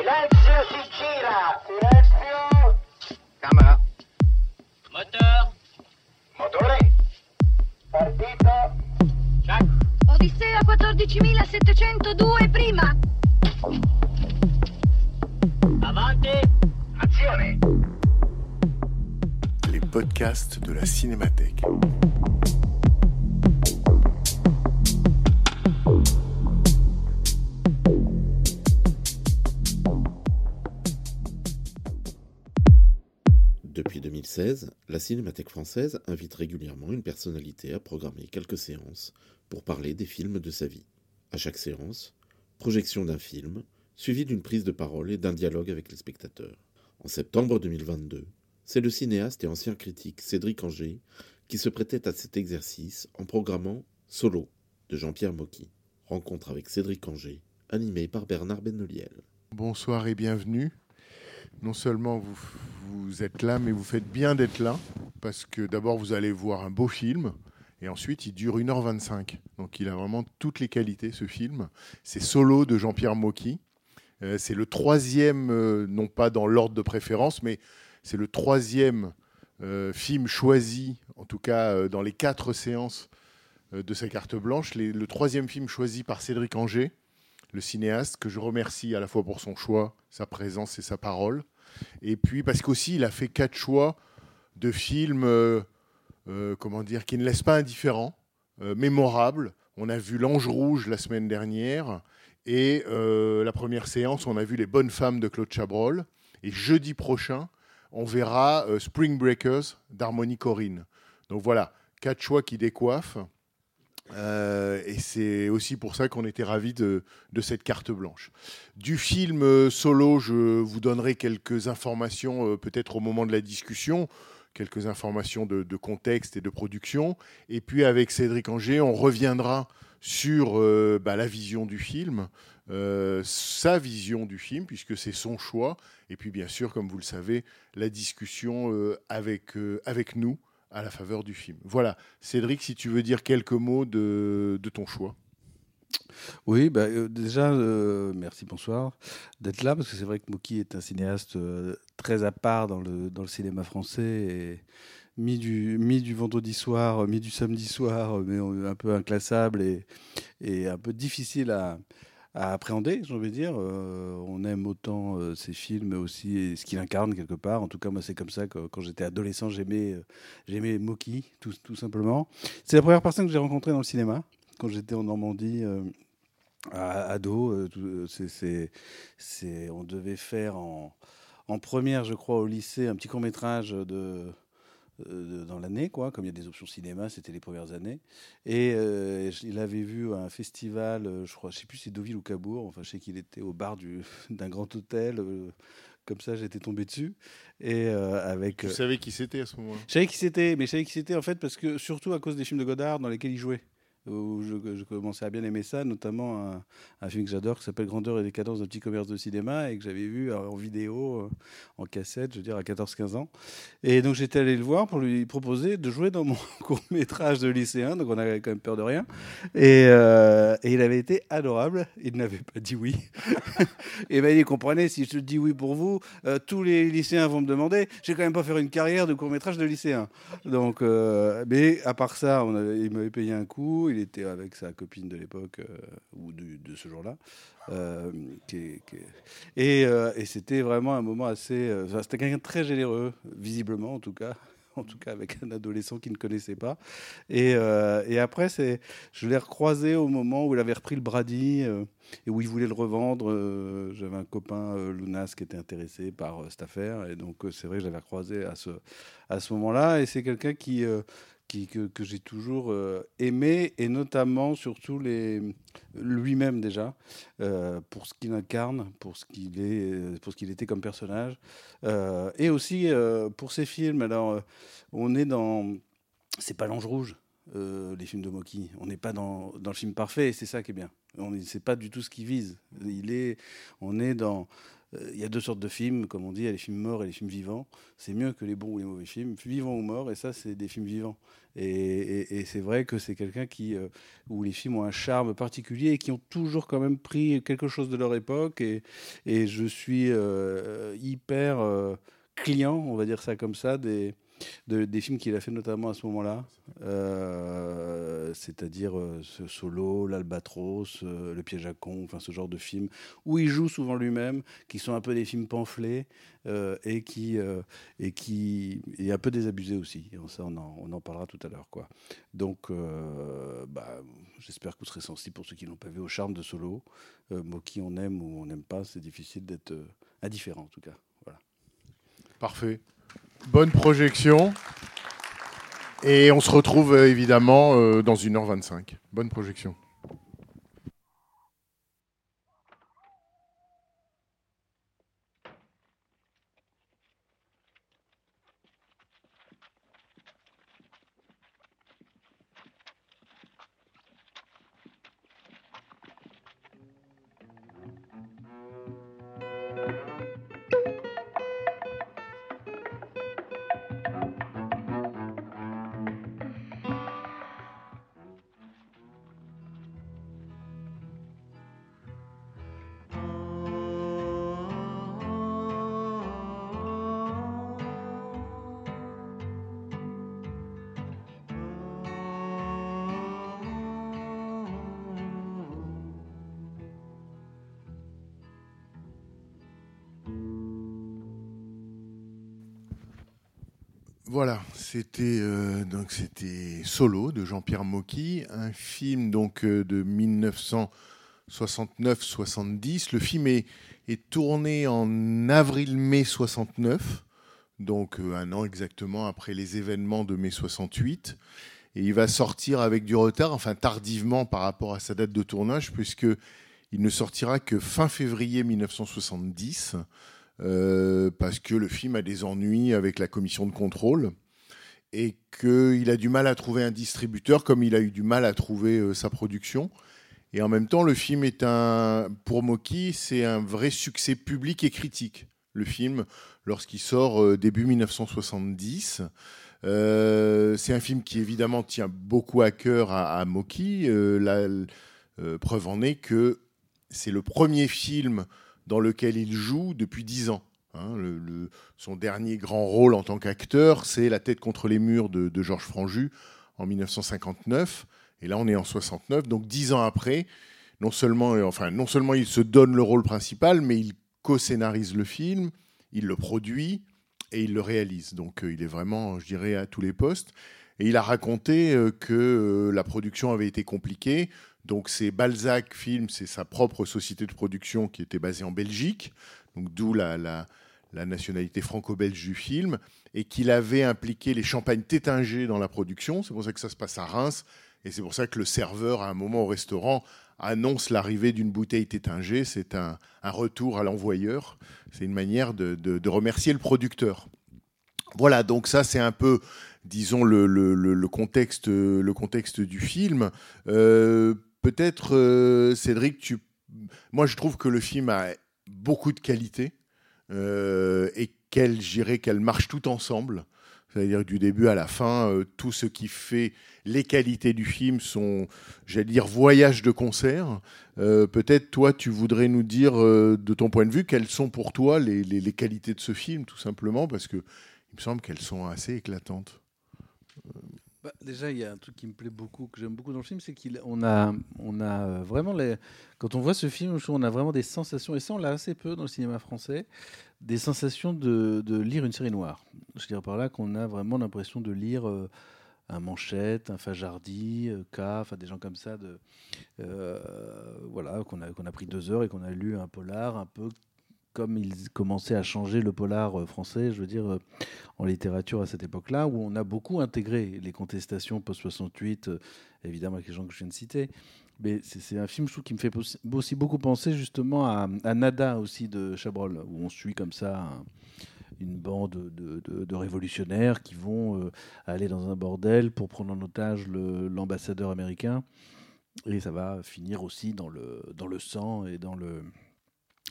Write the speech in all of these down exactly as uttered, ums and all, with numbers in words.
Silenzio, si gira! Silenzio! Camera. Moteur! Motore! Partito! Check. Odissea quattordicimilasettecentodue prima. Avanti! Azione! Les podcasts de la Cinémathèque. Depuis deux mille seize, la Cinémathèque française invite régulièrement une personnalité à programmer quelques séances pour parler des films de sa vie. À chaque séance, projection d'un film, suivie d'une prise de parole et d'un dialogue avec les spectateurs. En septembre deux mille vingt-deux, c'est le cinéaste et ancien critique Cédric Angé qui se prêtait à cet exercice en programmant Solo de Jean-Pierre Mocky. Rencontre avec Cédric Angé, animé par Bernard Benoliel. Bonsoir et bienvenue. Non seulement vous, vous êtes là, mais vous faites bien d'être là, parce que d'abord vous allez voir un beau film, et ensuite il dure une heure vingt-cinq. Donc il a vraiment toutes les qualités, ce film. C'est Solo de Jean-Pierre Mocky. Euh, c'est le troisième, euh, non pas dans l'ordre de préférence, mais c'est le troisième euh, film choisi, en tout cas euh, dans les quatre séances euh, de sa carte blanche, les, le troisième film choisi par Cédric Angé, le cinéaste, que je remercie à la fois pour son choix, sa présence et sa parole. Et puis parce qu'aussi, il a fait quatre choix de films euh, euh, comment dire, qui ne laissent pas indifférents, euh, mémorables. On a vu L'Ange Rouge la semaine dernière. Et euh, la première séance, on a vu Les Bonnes Femmes de Claude Chabrol. Et jeudi prochain, on verra euh, Spring Breakers d'Harmony Korine. Donc voilà, quatre choix qui décoiffent. Euh, et c'est aussi pour ça qu'on était ravis de, de cette carte blanche. Du film euh, Solo, je vous donnerai quelques informations euh, peut-être au moment de la discussion, quelques informations de, de contexte et de production. Et puis avec Cédric Angé, on reviendra sur euh, bah, la vision du film, euh, sa vision du film, puisque c'est son choix. Et puis bien sûr, comme vous le savez, la discussion euh, avec, euh, avec nous, à la faveur du film. Voilà. Cédric, si tu veux dire quelques mots de, de ton choix. Oui, bah, euh, déjà, euh, merci, bonsoir, d'être là, parce que c'est vrai que Mocky est un cinéaste euh, très à part dans le, dans le cinéma français, et mis du, mis du vendredi soir, mis du samedi soir, mais un peu inclassable et, et un peu difficile à... à appréhender, j'ai envie de dire. Euh, on aime autant euh, ses films, mais aussi ce qu'il incarne quelque part. En tout cas, moi, c'est comme ça que quand j'étais adolescent, j'aimais, euh, j'aimais Mocky, tout, tout simplement. C'est la première personne que j'ai rencontrée dans le cinéma, quand j'étais en Normandie, euh, à, ado. Euh, tout, c'est, c'est, c'est, on devait faire en, en première, je crois, au lycée, un petit court-métrage de... dans l'année, quoi. Comme il y a des options cinéma, c'était les premières années. Et euh, il avait vu un festival, je crois, je sais plus si c'est Deauville ou Cabourg. Enfin, je sais qu'il était au bar du, d'un grand hôtel. Euh, comme ça, j'étais tombé dessus. Et euh, avec. Tu savais qui c'était à ce moment-là ? Je savais qui c'était, mais je savais qui c'était en fait parce que surtout à cause des films de Godard dans lesquels il jouait. Où je, je commençais à bien aimer ça, notamment un, un film que j'adore qui s'appelle Grandeur et décadence d'un petit commerce de cinéma et que j'avais vu en vidéo, en cassette, je veux dire à quatorze quinze ans. Et donc j'étais allé le voir pour lui proposer de jouer dans mon court-métrage de lycéen, donc on avait quand même peur de rien. Et, euh, et il avait été adorable, il n'avait pas dit oui. Et ben il comprenait, si je dis oui pour vous, euh, tous les lycéens vont me demander, je vais quand même pas faire une carrière de court-métrage de lycéen. Donc, euh, mais à part ça, on avait, il m'avait payé un coup. Il était avec sa copine de l'époque, euh, ou de, de ce jour-là. Euh, qui, qui... Et, euh, et c'était vraiment un moment assez... Euh, c'était quelqu'un de très généreux, visiblement en tout cas. En tout cas avec un adolescent qu'il ne connaissait pas. Et, euh, et après, c'est, je l'ai recroisé au moment où il avait repris le Brady euh, et où il voulait le revendre. Euh, j'avais un copain, euh, Lounas, qui était intéressé par euh, cette affaire. Et donc, euh, c'est vrai que je l'avais recroisé à ce, à ce moment-là. Et c'est quelqu'un qui... Euh, Qui, que, que j'ai toujours euh, aimé, et notamment surtout les, lui-même déjà, euh, pour ce qu'il incarne, pour ce qu'il est, pour ce qu'il était comme personnage, euh, et aussi euh, pour ses films. Alors, euh, on est dans, c'est pas l'Ange Rouge, euh, les films de Mocky. On n'est pas dans, dans le film parfait, et c'est ça qui est bien. On est, c'est pas du tout ce qu'il vise. Il est, on est dans il y a deux sortes de films, comme on dit, il y a les films morts et les films vivants. C'est mieux que les bons ou les mauvais films, vivants ou morts, et ça, c'est des films vivants. Et, et, et c'est vrai que c'est quelqu'un qui, euh, où les films ont un charme particulier et qui ont toujours quand même pris quelque chose de leur époque. Et, et je suis euh, hyper euh, client, on va dire ça comme ça, des, de, des films qu'il a fait notamment à ce moment-là. Euh, c'est-à-dire euh, ce Solo, l'Albatros, euh, Le Piège à con, enfin ce genre de films où il joue souvent lui-même, qui sont un peu des films pamphlets euh, et qui euh, et qui est un peu désabusés aussi. Et ça, on en, on en parlera tout à l'heure, quoi. Donc, euh, bah, j'espère que vous serez sensibles pour ceux qui l'ont pas vu au charme de Solo. Euh, Moki, on aime ou on n'aime pas, c'est difficile d'être euh, indifférent en tout cas. Voilà. Parfait. Bonne projection. Et on se retrouve euh, évidemment euh, dans une heure vingt-cinq. Bonne projection. Voilà, c'était euh, donc c'était Solo de Jean-Pierre Mocky, un film donc euh, de dix-neuf cent soixante-neuf soixante-dix. Le film est, est tourné en avril-mai soixante-neuf, donc euh, un an exactement après les événements de mai soixante-huit. Et il va sortir avec du retard, enfin tardivement par rapport à sa date de tournage, puisque il ne sortira que fin février dix-neuf cent soixante-dix. Euh, parce que le film a des ennuis avec la commission de contrôle et qu'il a du mal à trouver un distributeur comme il a eu du mal à trouver euh, sa production. Et en même temps, le film est un, pour Mocky, c'est un vrai succès public et critique. Le film, lorsqu'il sort euh, début dix-neuf cent soixante-dix, euh, c'est un film qui évidemment tient beaucoup à cœur à, à Mocky. Euh, la euh, preuve en est que c'est le premier film dans lequel il joue depuis dix ans. Hein, le, le, son dernier grand rôle en tant qu'acteur, c'est La tête contre les murs de, de Georges Franju en dix-neuf cent cinquante-neuf. Et là, on est en soixante-neuf. Donc, dix ans après, non seulement, enfin, non seulement il se donne le rôle principal, mais il co-scénarise le film, il le produit et il le réalise. Donc, euh, il est vraiment, je dirais, à tous les postes. Et il a raconté euh, que euh, la production avait été compliquée. Donc c'est Balzac Film, c'est sa propre société de production qui était basée en Belgique, donc d'où la, la, la nationalité franco-belge du film, et qu'il avait impliqué les champagnes Tétinger dans la production. C'est pour ça que ça se passe à Reims, et c'est pour ça que le serveur, à un moment au restaurant, annonce l'arrivée d'une bouteille Tétinger. C'est un, un retour à l'envoyeur. C'est une manière de, de, de remercier le producteur. Voilà, donc ça c'est un peu, disons, le, le, le, le, contexte, le contexte du film. Euh, Peut-être, euh, Cédric, tu... moi je trouve que le film a beaucoup de qualité euh, et qu'elle, j'irais qu'elle marche tout ensemble. C'est-à-dire du début à la fin, euh, tout ce qui fait les qualités du film sont, j'allais dire, voyage de concert. Euh, peut-être, toi, tu voudrais nous dire, euh, de ton point de vue, quelles sont pour toi les, les, les qualités de ce film, tout simplement, parce qu'il me semble qu'elles sont assez éclatantes. Bah, déjà, il y a un truc qui me plaît beaucoup, que j'aime beaucoup dans le film, c'est qu'on a, on a vraiment les... Quand on voit ce film, on a vraiment des sensations, et ça, on l'a assez peu dans le cinéma français, des sensations de, de lire une série noire. Je veux dire par là qu'on a vraiment l'impression de lire euh, un Manchette, un Fajardi, euh, K, enfin des gens comme ça, de, euh, voilà, qu'on a, qu'on a pris deux heures et qu'on a lu un polar un peu comme ils commençaient à changer le polar français, je veux dire, en littérature à cette époque-là, où on a beaucoup intégré les contestations post-soixante-huit, évidemment avec les gens que je viens de citer. Mais c'est, c'est un film, je trouve, qui me fait aussi beaucoup penser justement à, à Nada aussi de Chabrol, où on suit comme ça un, une bande de, de, de révolutionnaires qui vont euh, aller dans un bordel pour prendre en otage le, l'ambassadeur américain. Et ça va finir aussi dans le, dans le sang et dans le...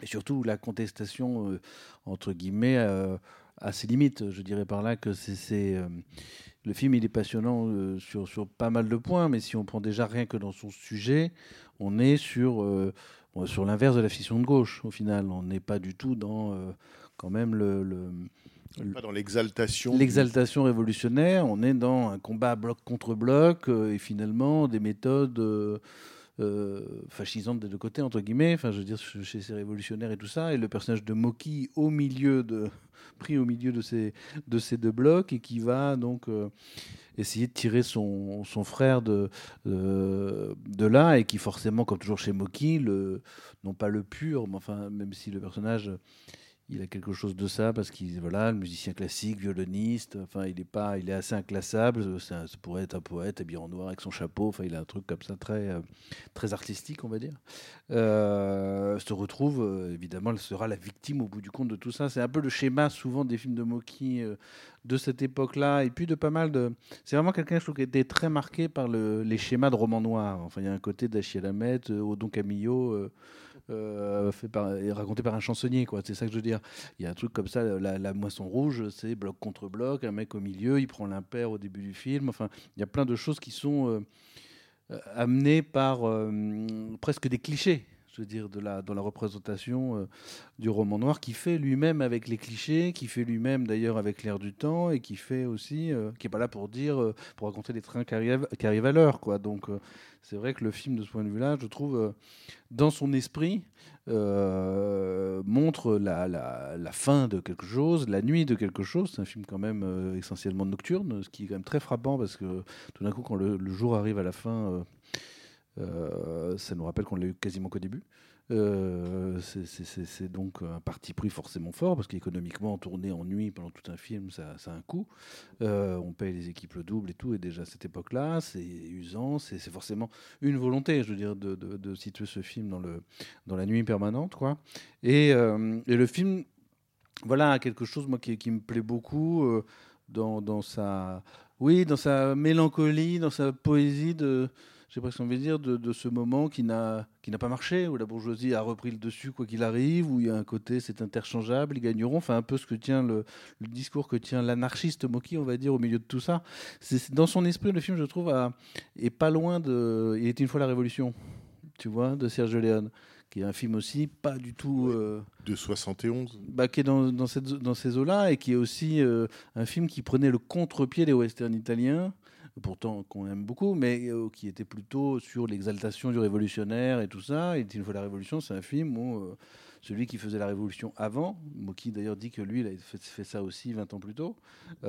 Et surtout la contestation, euh, entre guillemets, euh, à ses limites. Je dirais par là que c'est, c'est euh, le film il est passionnant euh, sur, sur pas mal de points, mais si on prend déjà rien que dans son sujet, on est sur, euh, sur l'inverse de la fiction de gauche, au final. On n'est pas du tout dans, euh, quand même, le... le Pas dans l'exaltation. L'exaltation du... révolutionnaire, on est dans un combat bloc contre bloc, euh, et finalement des méthodes... Euh, Euh, fascisante des deux côtés, entre guillemets, enfin, je veux dire, chez ces révolutionnaires et tout ça, et le personnage de Moki au milieu de, pris au milieu de ces, de ces deux blocs, et qui va donc euh, essayer de tirer son, son frère de, de, de là, et qui forcément, comme toujours chez Moki, le, non pas le pur, mais enfin, même si le personnage... Il a quelque chose de ça parce qu'il voilà, le musicien classique, violoniste. Enfin, il est pas, il est assez inclassable. C'est un, ça pourrait être un poète habillé en noir avec son chapeau. Enfin, il a un truc comme ça très, euh, très artistique, on va dire. Euh, se retrouve euh, évidemment, elle sera la victime au bout du compte de tout ça. C'est un peu le schéma souvent des films de Moki euh, de cette époque-là, et puis de pas mal de. C'est vraiment quelqu'un, je trouve, qui a été très marqué par le, les schémas de romans noirs. Enfin, il y a un côté d'Achille Hamet, euh, Odon Camillo. Euh, Euh, fait par, et raconté par un chansonnier, quoi. C'est ça que je veux dire. Il y a un truc comme ça, la, la moisson rouge, c'est bloc contre bloc, un mec au milieu, il prend l'impair au début du film. Enfin, il y a plein de choses qui sont euh, amenées par euh, presque des clichés, je veux dire, de la, dans la représentation euh, du roman noir, qui fait lui-même avec les clichés, qui fait lui-même d'ailleurs avec l'air du temps, et qui fait aussi, euh, qui est pas là pour dire, euh, pour raconter des trains qui arrivent, qui arrivent à l'heure, quoi. Donc euh, c'est vrai que le film, de ce point de vue-là, je trouve, euh, dans son esprit, euh, montre la, la, la fin de quelque chose, la nuit de quelque chose. C'est un film quand même euh, essentiellement nocturne, ce qui est quand même très frappant, parce que tout d'un coup, quand le, le jour arrive à la fin, euh, euh, ça nous rappelle qu'on l'a eu quasiment qu'au début. Euh, c'est, c'est, c'est, c'est donc un parti pris forcément fort, parce qu'économiquement, tourner en nuit pendant tout un film, ça, ça a un coût. Euh, on paye les équipes le double et tout, et déjà à cette époque-là, c'est usant, c'est, c'est forcément une volonté, je veux dire, de, de, de situer ce film dans, le, dans la nuit permanente, quoi. Et, euh, et le film, voilà, a quelque chose, moi, qui, qui me plaît beaucoup euh, dans, dans sa, oui, dans sa mélancolie, dans sa poésie de... J'ai presque envie de dire, de, de ce moment qui n'a, qui n'a pas marché, où la bourgeoisie a repris le dessus quoi qu'il arrive, où il y a un côté c'est interchangeable, ils gagneront, enfin un peu ce que tient le, le discours que tient l'anarchiste Moki, on va dire, au milieu de tout ça. C'est, c'est dans son esprit, le film, je trouve, a, est pas loin de... Il était une fois la Révolution, tu vois, de Sergio Leone, qui est un film aussi pas du tout... Euh, de soixante et onze bah, qui est dans, dans, cette, dans ces eaux-là, et qui est aussi euh, un film qui prenait le contre-pied des westerns italiens, pourtant qu'on aime beaucoup, mais euh, qui était plutôt sur l'exaltation du révolutionnaire et tout ça. Et une fois la Révolution, c'est un film où euh, celui qui faisait la Révolution avant, Moki d'ailleurs dit que lui, il a fait, fait ça aussi vingt ans plus tôt,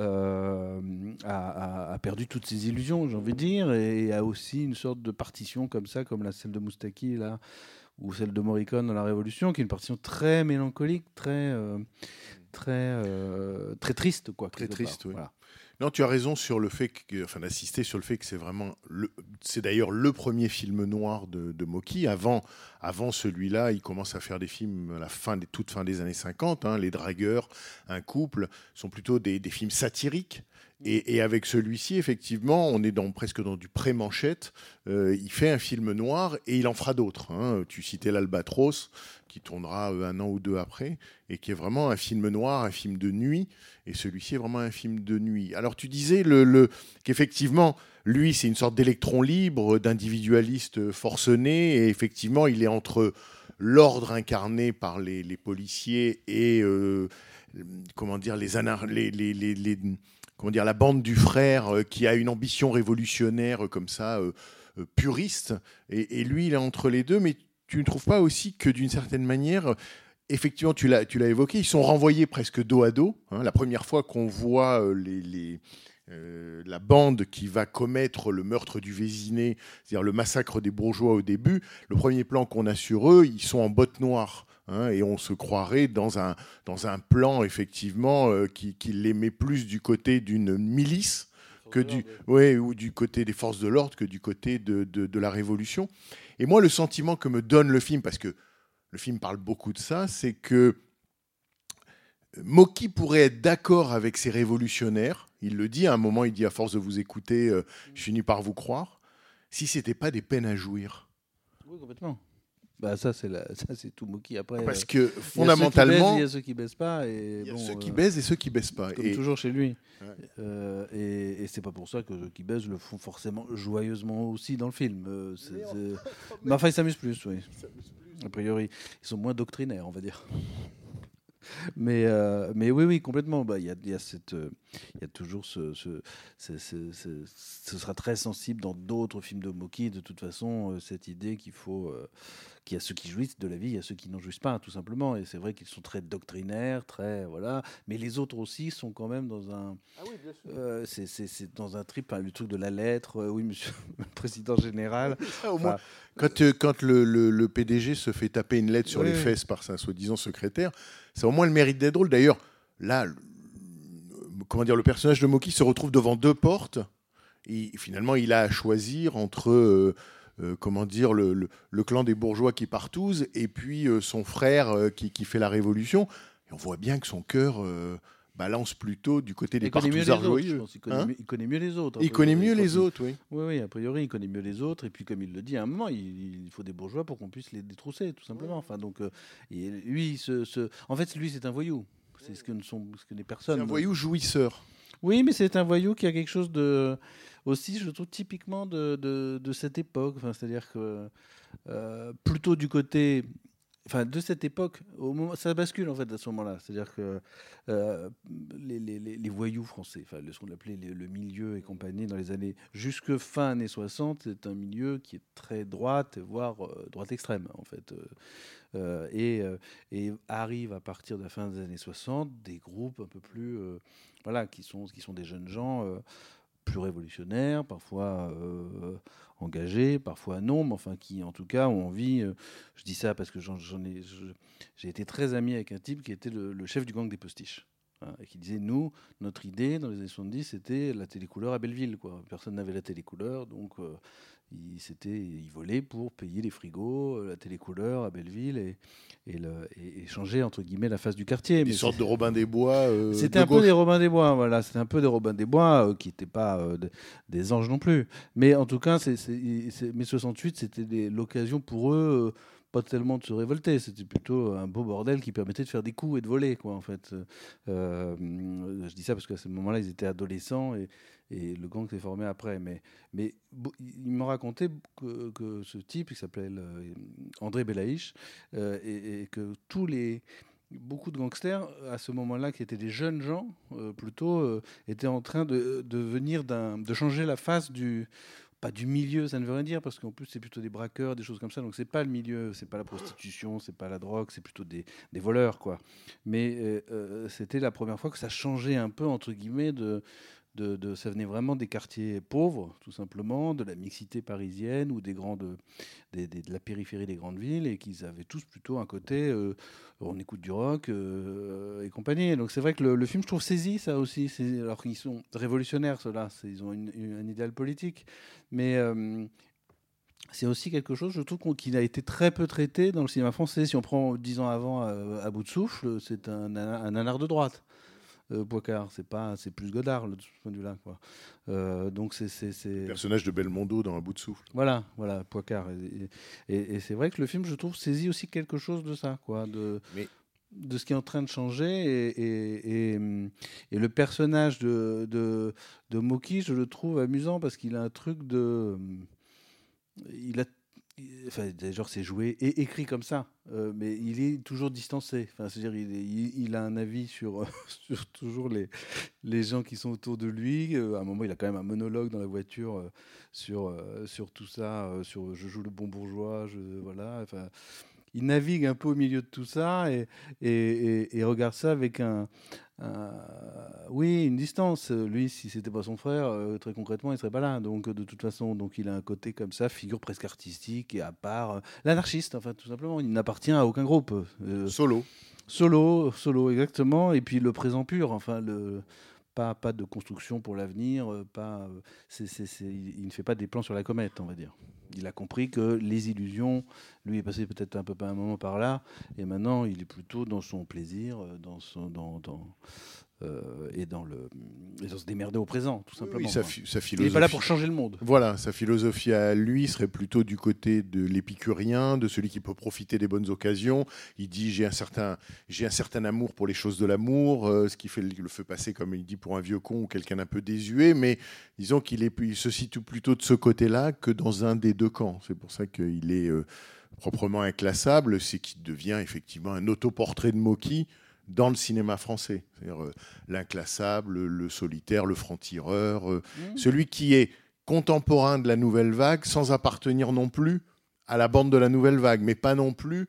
euh, a, a, a perdu toutes ses illusions, j'ai envie de dire, et a aussi une sorte de partition comme ça, comme la celle de Moustaki, là, ou celle de Morricone dans la Révolution, qui est une partition très mélancolique, très, euh, très, euh, très triste, quoi. Très triste, part. oui. Voilà. Non, tu as raison sur le fait que, enfin, d'insister sur le fait que c'est vraiment, le, c'est d'ailleurs le premier film noir de, de Moki. Avant, avant celui-là, il commence à faire des films à la fin, des, toute fin des années cinquante. Hein, Les Dragueurs, Un couple, sont plutôt des, des films satiriques. Et, et avec celui-ci, effectivement, on est dans, presque dans du pré-manchette. Euh, il fait un film noir et il en fera d'autres. Hein. Tu citais l'Albatros, qui tournera un an ou deux après, et qui est vraiment un film noir, un film de nuit. Et celui-ci est vraiment un film de nuit. Alors tu disais le, le, qu'effectivement, lui, c'est une sorte d'électron libre, d'individualiste forcené. Et effectivement, il est entre l'ordre incarné par les, les policiers et euh, comment dire, les, anar- les, les, les, les comment dire, la bande du frère euh, qui a une ambition révolutionnaire euh, comme ça, euh, euh, puriste. Et, et lui, il est entre les deux. Mais tu ne trouves pas aussi que d'une certaine manière, effectivement, tu l'as, tu l'as évoqué, ils sont renvoyés presque dos à dos. Hein, la première fois qu'on voit euh, les, les, euh, la bande qui va commettre le meurtre du Vésiné, c'est-à-dire le massacre des bourgeois au début, le premier plan qu'on a sur eux, ils sont en bottes noires. Hein, et on se croirait dans un, dans un plan, effectivement, euh, qui, qui les met plus du côté d'une milice que du, ouais, ou du côté des forces de l'ordre que du côté de, de, de la Révolution. Et moi, le sentiment que me donne le film, parce que le film parle beaucoup de ça, c'est que Moki pourrait être d'accord avec ces révolutionnaires. Il le dit, à un moment, il dit, à force de vous écouter, euh, je finis par vous croire, si ce n'était pas des peines à jouir. Oui, complètement. Bah ça c'est la... ça c'est tout Mocky après. Parce euh, que fondamentalement, il y a ceux qui baissent, il y a ceux qui baissent pas et il y a bon, ceux qui euh, baisent et ceux qui baissent pas. comme Et toujours chez lui. Ouais. Euh, et, et c'est pas pour ça que ceux qui baissent le font forcément joyeusement aussi dans le film. Euh, c'est- Mais c'est- Mais enfin ils s'amusent plus, oui. A priori, ils sont moins doctrinaires, on va dire. Mais, euh, mais oui, oui, complètement. Bah, il y a, il y a cette, euh, il y a toujours ce, ce, ce, ce- ce- ce sera très sensible dans d'autres films de Mocky, de toute façon, euh, cette idée qu'il faut, euh, qu'il y a ceux qui jouissent de la vie, il y a ceux qui n'en jouissent pas, tout simplement. Et c'est vrai qu'ils sont très doctrinaires, très, voilà. Mais les autres aussi sont quand même dans un, Ah oui, bien sûr. euh, c'est, c'est, c'est dans un trip, hein, le truc de la lettre. euh, oui, monsieur le président général. Ça, au moins, Enfin, quand, euh, quand le, le- le P D G se fait taper une lettre sur Oui, les oui. fesses par sa soi-disant secrétaire, c'est au moins le mérite d'être drôle. D'ailleurs, là, le- comment dire, le personnage de Mocky se retrouve devant deux portes. Et finalement, il a à choisir entre, euh, euh, comment dire, le, le- le clan des bourgeois qui partouse et puis euh, son frère euh, qui, qui fait la révolution. Et on voit bien que son cœur euh, balance plutôt du côté des il connaît mieux les partouzards autres. Je joyeux. pense. Il connaît, Hein mieux, il connaît mieux les autres. a Il connaît priori, mieux quand les il- autres, oui. Oui, oui, a priori, il connaît mieux les autres. Et puis, comme il le dit à un moment, il, il faut des bourgeois pour qu'on puisse les détrousser, tout simplement. Enfin, donc, euh, et lui, ce, ce- en fait, lui, c'est un voyou. C'est ce que ne sont, ce que les C'est personnes. un voyou jouisseur. Oui, mais c'est un voyou qui a quelque chose de, aussi, je trouve, typiquement de, de, de cette époque. Enfin, c'est-à-dire que euh, plutôt du côté. Enfin, de cette époque, au moment, ça bascule en fait à ce moment-là. C'est-à-dire que euh, les, les- les- les voyous français, enfin, le- ce qu'on appelait le, le milieu et compagnie dans les années jusque fin années soixante, c'est un milieu qui est très droite, voire euh, droite extrême en fait. Euh, euh, et, euh, et arrive à partir de la fin des années soixante des groupes un peu plus, euh, voilà, qui sont qui sont des jeunes gens. Euh, plus révolutionnaires, parfois euh, engagés, parfois non, mais enfin qui en tout cas ont envie. Euh, je dis ça parce que j'en, j'en ai, je- j'ai été très ami avec un type qui était le, le chef du gang des postiches. Hein, et qui disait, nous, notre idée dans les années soixante-dix, c'était la télécouleur à Belleville. Quoi. Personne n'avait la télécouleur, donc euh, il, c'était, il volait pour payer les frigos, euh, la télécouleur à Belleville et, et, le, et, et changer, entre guillemets, la face du quartier. Des Mais sortes c'est- de Robin des Bois. euh, c'était de un peu gauche. des Robins des Bois, voilà. C'était un peu des Robins des Bois euh, qui n'étaient pas euh, de- des anges non plus. Mais en tout cas, c'est, c'est, c'est- mai soixante-huit, c'était des- l'occasion pour eux, euh, pas tellement de se révolter. C'était plutôt un beau bordel qui permettait de faire des coups et de voler, quoi, en fait. Euh, je dis ça parce qu'à ce moment-là, ils étaient adolescents et, et le gang s'est formé après. Mais, mais bo- il m'a raconté que, que ce type, qui s'appelait euh, André Belaïch, euh, et, et que tous les beaucoup de gangsters à ce moment-là, qui étaient des jeunes gens, euh, plutôt, euh, étaient en train de, de venir d'un, de changer la face du, pas du milieu, ça ne veut rien dire, parce qu'en plus c'est plutôt des braqueurs, des choses comme ça. Donc c'est pas le milieu, c'est pas la prostitution, c'est pas la drogue, c'est plutôt des, des voleurs, quoi. Mais euh, euh, c'était la première fois que ça changeait un peu entre guillemets de de, de, ça venait vraiment des quartiers pauvres, tout simplement, de la mixité parisienne ou des grandes, des, des, de la périphérie des grandes villes, et qu'ils avaient tous plutôt un côté, euh, on écoute du rock euh, et compagnie. Donc c'est vrai que le, le film, je trouve, saisit ça aussi. C'est, alors qu'ils sont révolutionnaires, ceux-là, c'est, ils ont une, une, un idéal politique, mais euh, c'est aussi quelque chose, je trouve, qu'il a été très peu traité dans le cinéma français. Si on prend dix ans avant, à, à bout de souffle, c'est un, un nanar de droite. Euh, Poicart, c'est pas, c'est plus Godard de ce point de vue-là, quoi. Euh, donc c'est, c'est, c'est... Le personnage de Belmondo dans Un bout de souffle. Voilà, voilà, Poicart. Et, et, et c'est vrai que le film, je trouve, saisit aussi quelque chose de ça, quoi, de, Mais... de ce qui est en train de changer. Et, et, et, et le personnage de, de, de Mocky, je le trouve amusant parce qu'il a un truc de, il a Enfin, genre, c'est joué et écrit comme ça, euh, mais il est toujours distancé. Enfin, c'est-à-dire, il, est, il, il a un avis sur, sur toujours les, les gens qui sont autour de lui. Euh, à un moment, il a quand même un monologue dans la voiture euh, sur, euh, sur tout ça, euh, sur je joue le bon bourgeois, je, voilà. Enfin, il navigue un peu au milieu de tout ça et, et, et, et regarde ça avec un, un, oui, une distance. Lui, si c'était pas son frère, euh, très concrètement, il serait pas là. Donc, de toute façon, donc il a un côté comme ça, figure presque artistique et à part, euh, l'anarchiste, enfin, tout simplement. Il n'appartient à aucun groupe. Euh, solo. Solo, solo, exactement. Et puis le présent pur, enfin le. Pas, pas de construction pour l'avenir, pas, c'est, c'est, c'est, il ne fait pas des plans sur la comète, on va dire. Il a compris que les illusions, lui est passé peut-être un peu pas un moment par là, et maintenant il est plutôt dans son plaisir, dans son, dans, dans, euh, et, dans le, et dans se démerder au présent, tout simplement. Oui, sa, quoi. fi- sa Il philosophie. n'est pas là pour changer le monde. Voilà, sa philosophie à lui serait plutôt du côté de l'épicurien, de celui qui peut profiter des bonnes occasions. Il dit j'ai un certain, j'ai un certain amour pour les choses de l'amour, euh, ce qui fait le, le fait passer, comme il dit, pour un vieux con ou quelqu'un d'un peu désuet. Mais disons qu'il est, il se situe plutôt de ce côté-là que dans un des deux camps. C'est pour ça qu'il est euh, proprement inclassable, c'est qu'il devient effectivement un autoportrait de Mocky dans le cinéma français. C'est-à-dire euh, l'inclassable, le solitaire, le franc-tireur, euh, mmh. celui qui est contemporain de la nouvelle vague sans appartenir non plus à la bande de la nouvelle vague, mais pas non plus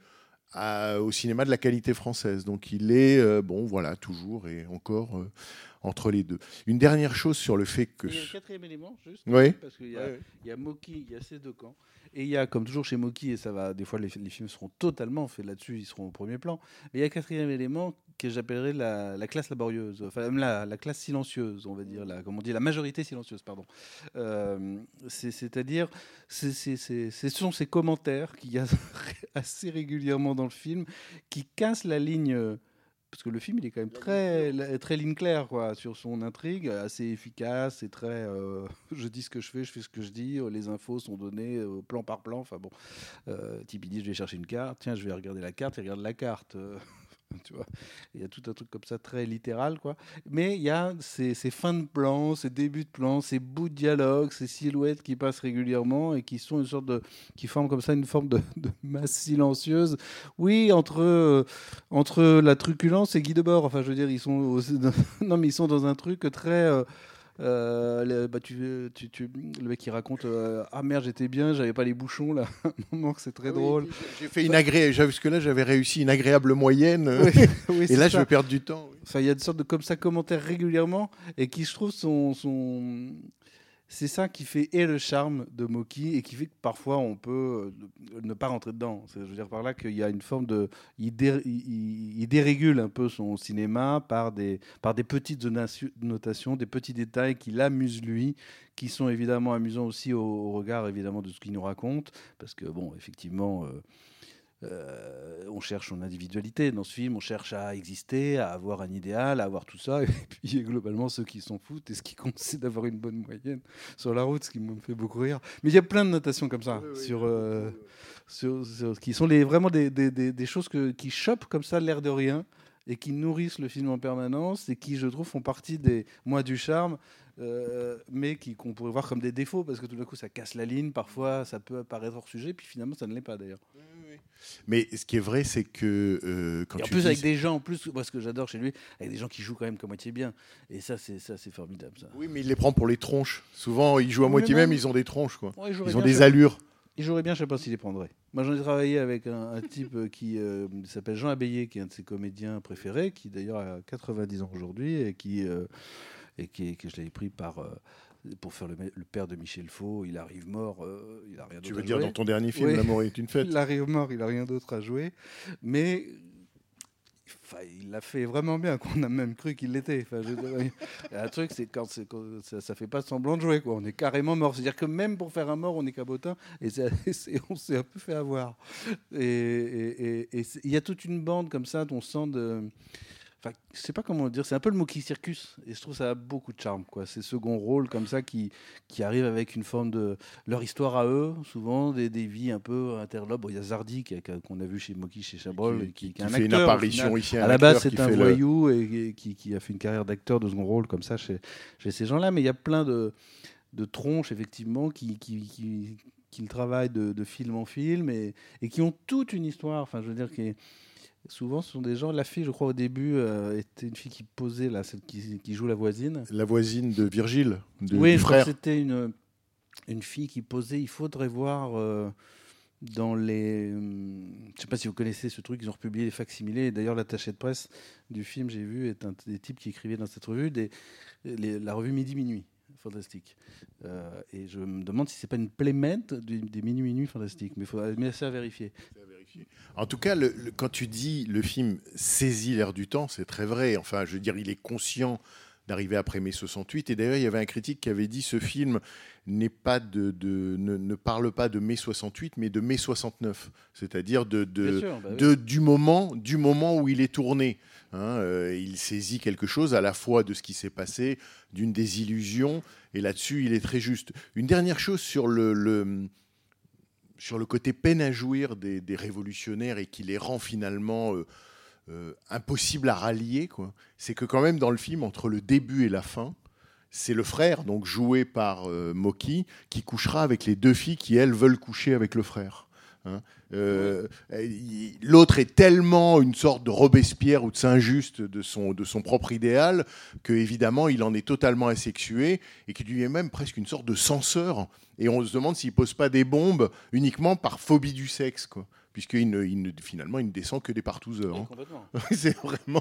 à, au cinéma de la qualité française. Donc il est, euh, bon voilà, toujours et encore euh, entre les deux. Une dernière chose sur le fait que... Il y a le quatrième élément, juste, oui. parce qu'il y a, oui, oui. il y a Mocky, il y a ces deux camps. Et il y a, comme toujours chez Mocky, et ça va, des fois les, les films seront totalement faits là-dessus, ils seront au premier plan. Mais il y a un quatrième élément que j'appellerais la, la classe laborieuse, enfin même la, la classe silencieuse, on va dire, la, comme on dit, la majorité silencieuse, pardon. Euh, c'est, c'est-à-dire, c'est, c'est, c'est, ce sont ces commentaires qu'il y a assez régulièrement dans le film qui cassent la ligne. Parce que le film, il est quand même très, très ligne claire quoi, sur son intrigue, assez efficace et très. Euh, je dis ce que je fais, je fais ce que je dis. Les infos sont données euh, plan par plan. Enfin bon, euh, type il dit je vais chercher une carte. Tiens, je vais regarder la carte. Il regarde la carte. Euh, tu vois, il y a tout un truc comme ça très littéral quoi. Mais il y a ces, ces fins de plan, ces débuts de plan, ces bouts de dialogue, ces silhouettes qui passent régulièrement et qui sont une sorte de, qui forment comme ça une forme de, de masse silencieuse. Oui, entre euh, entre la truculence et Guy Debord. Enfin, je veux dire, ils sont au, non mais ils sont dans un truc très euh, Euh, le, bah, tu, tu, tu, le mec qui raconte euh, ah merde j'étais bien, j'avais pas les bouchons là. Un moment que c'est très oui, drôle. J'ai fait une agré... jusque là j'avais réussi une agréable moyenne oui, oui, et là ça. Je vais perdre du temps. Oui. Enfin il y a une sorte de comme ça commentaires régulièrement et qui je trouve sont, sont... c'est ça qui fait et le charme de Mocky et qui fait que parfois on peut ne pas rentrer dedans. C'est, je veux dire par là qu'il y a une forme de, il, dé, il, il dérégule un peu son cinéma par des par des petites notations, des petits détails qui l'amusent lui, qui sont évidemment amusants aussi au, au regard évidemment de ce qu'il nous raconte, parce que bon effectivement. Euh, Euh, on cherche son individualité dans ce film, on cherche à exister, à avoir un idéal, à avoir tout ça, et puis globalement ceux qui s'en foutent, et ce qui compte c'est d'avoir une bonne moyenne sur la route, ce qui me fait beaucoup rire. Mais il y a plein de notations comme ça, oui, oui, sur, euh, sur, sur, qui sont les, vraiment des, des, des, des choses que, qui chopent comme ça l'air de rien, et qui nourrissent le film en permanence, et qui je trouve font partie des moi du charme. Euh, mais qui, qu'on pourrait voir comme des défauts, parce que tout d'un coup ça casse la ligne, parfois ça peut apparaître hors sujet, puis finalement ça ne l'est pas d'ailleurs. Oui, oui. Mais ce qui est vrai, c'est que euh, quand et en tu plus dis... avec des gens, en plus, moi ce que j'adore chez lui, avec des gens qui jouent quand même qu'à moitié bien, et ça c'est ça c'est formidable ça. Oui, mais il les prend pour les tronches. Souvent ils jouent à oui, moitié même, ils ont des tronches quoi. Ouais, ils ont des allures. Il jouerait bien, je ne sais pas s'il les prendrait. Moi, j'en ai travaillé avec un, un type qui euh, s'appelle Jean Abéillé, qui est un de ses comédiens préférés, qui d'ailleurs a quatre-vingt-dix ans aujourd'hui, et qui, euh, et qui que je l'avais pris par, euh, pour faire le, le père de Michel Faux. Il arrive mort, euh, il n'a rien d'autre à jouer. Tu veux dire dans ton dernier film, oui. L'amour est une fête. Il arrive mort, il n'a rien d'autre à jouer. Mais... Enfin, il l'a fait vraiment bien, qu'on a même cru qu'il l'était. Enfin, je... Un truc, c'est quand, c'est quand ça, ça fait pas semblant de jouer, quoi. On est carrément mort. C'est-à-dire que même pour faire un mort, on est cabotin, et c'est, c'est, on s'est un peu fait avoir. Et il y a toute une bande comme ça, dont on sent de... Enfin, je sais pas comment dire, c'est un peu le Mocky Circus, et je trouve ça a beaucoup de charme, quoi. Ces seconds rôles comme ça qui, qui arrivent avec une forme de leur histoire à eux, souvent des, des vies un peu interlopes. Bon, il y a Zardy qui a, qu'on a vu chez Mocky, chez Chabrol, qui, qui, qui, qui est un fait acteur, une apparition ici. À la base, c'est un voyou le... et, et qui, qui a fait une carrière d'acteur de second rôle comme ça chez, chez ces gens-là. Mais il y a plein de, de tronches effectivement qui, qui, qui, qui le travaillent de, de film en film et, et qui ont toute une histoire. Enfin, je veux dire qui est souvent, ce sont des gens. La fille, je crois, au début, euh, était une fille qui posait, là, celle qui, qui joue la voisine. La voisine de Virgile, de, oui, du je frère. Crois que c'était une, une fille qui posait. Il faudrait voir euh, dans les. Je ne sais pas si vous connaissez ce truc, ils ont republié les facsimilés. D'ailleurs, l'attaché de presse du film, j'ai vu, est un des types qui écrivait dans cette revue des, les, la revue Midi Minuit. Fantastique. Euh, et je me demande si c'est pas une playmate des, des Minuit Minuit Fantastique, mais il faut mais c'est à vérifier. En tout cas, le, le, quand tu dis le film saisit l'air du temps, c'est très vrai. Enfin, je veux dire, il est conscient d'arriver après mai soixante-huit. Et d'ailleurs, il y avait un critique qui avait dit ce film n'est pas de, de, ne, ne parle pas de mai soixante-huit, mais de mai soixante-neuf, c'est-à-dire de, de, sûr, bah oui. de, du, moment, du moment où il est tourné. Hein, euh, il saisit quelque chose à la fois de ce qui s'est passé, d'une désillusion, et là-dessus, il est très juste. Une dernière chose sur le... le sur le côté peine à jouir des, des révolutionnaires et qui les rend finalement euh, euh, impossibles à rallier, quoi. C'est que quand même dans le film, entre le début et la fin, c'est le frère, donc joué par euh, Mocky, qui couchera avec les deux filles qui, elles, veulent coucher avec le frère. Hein. Euh, il, l'autre est tellement une sorte de Robespierre ou de Saint-Just de son, de son propre idéal que, évidemment, il en est totalement asexué et qu'il lui est même presque une sorte de censeur. Et on se demande s'il ne pose pas des bombes uniquement par phobie du sexe, quoi. Puisqu'il ne, il ne, finalement, il ne descend que des partouzeurs. Oui, Hein. complètement. C'est vraiment...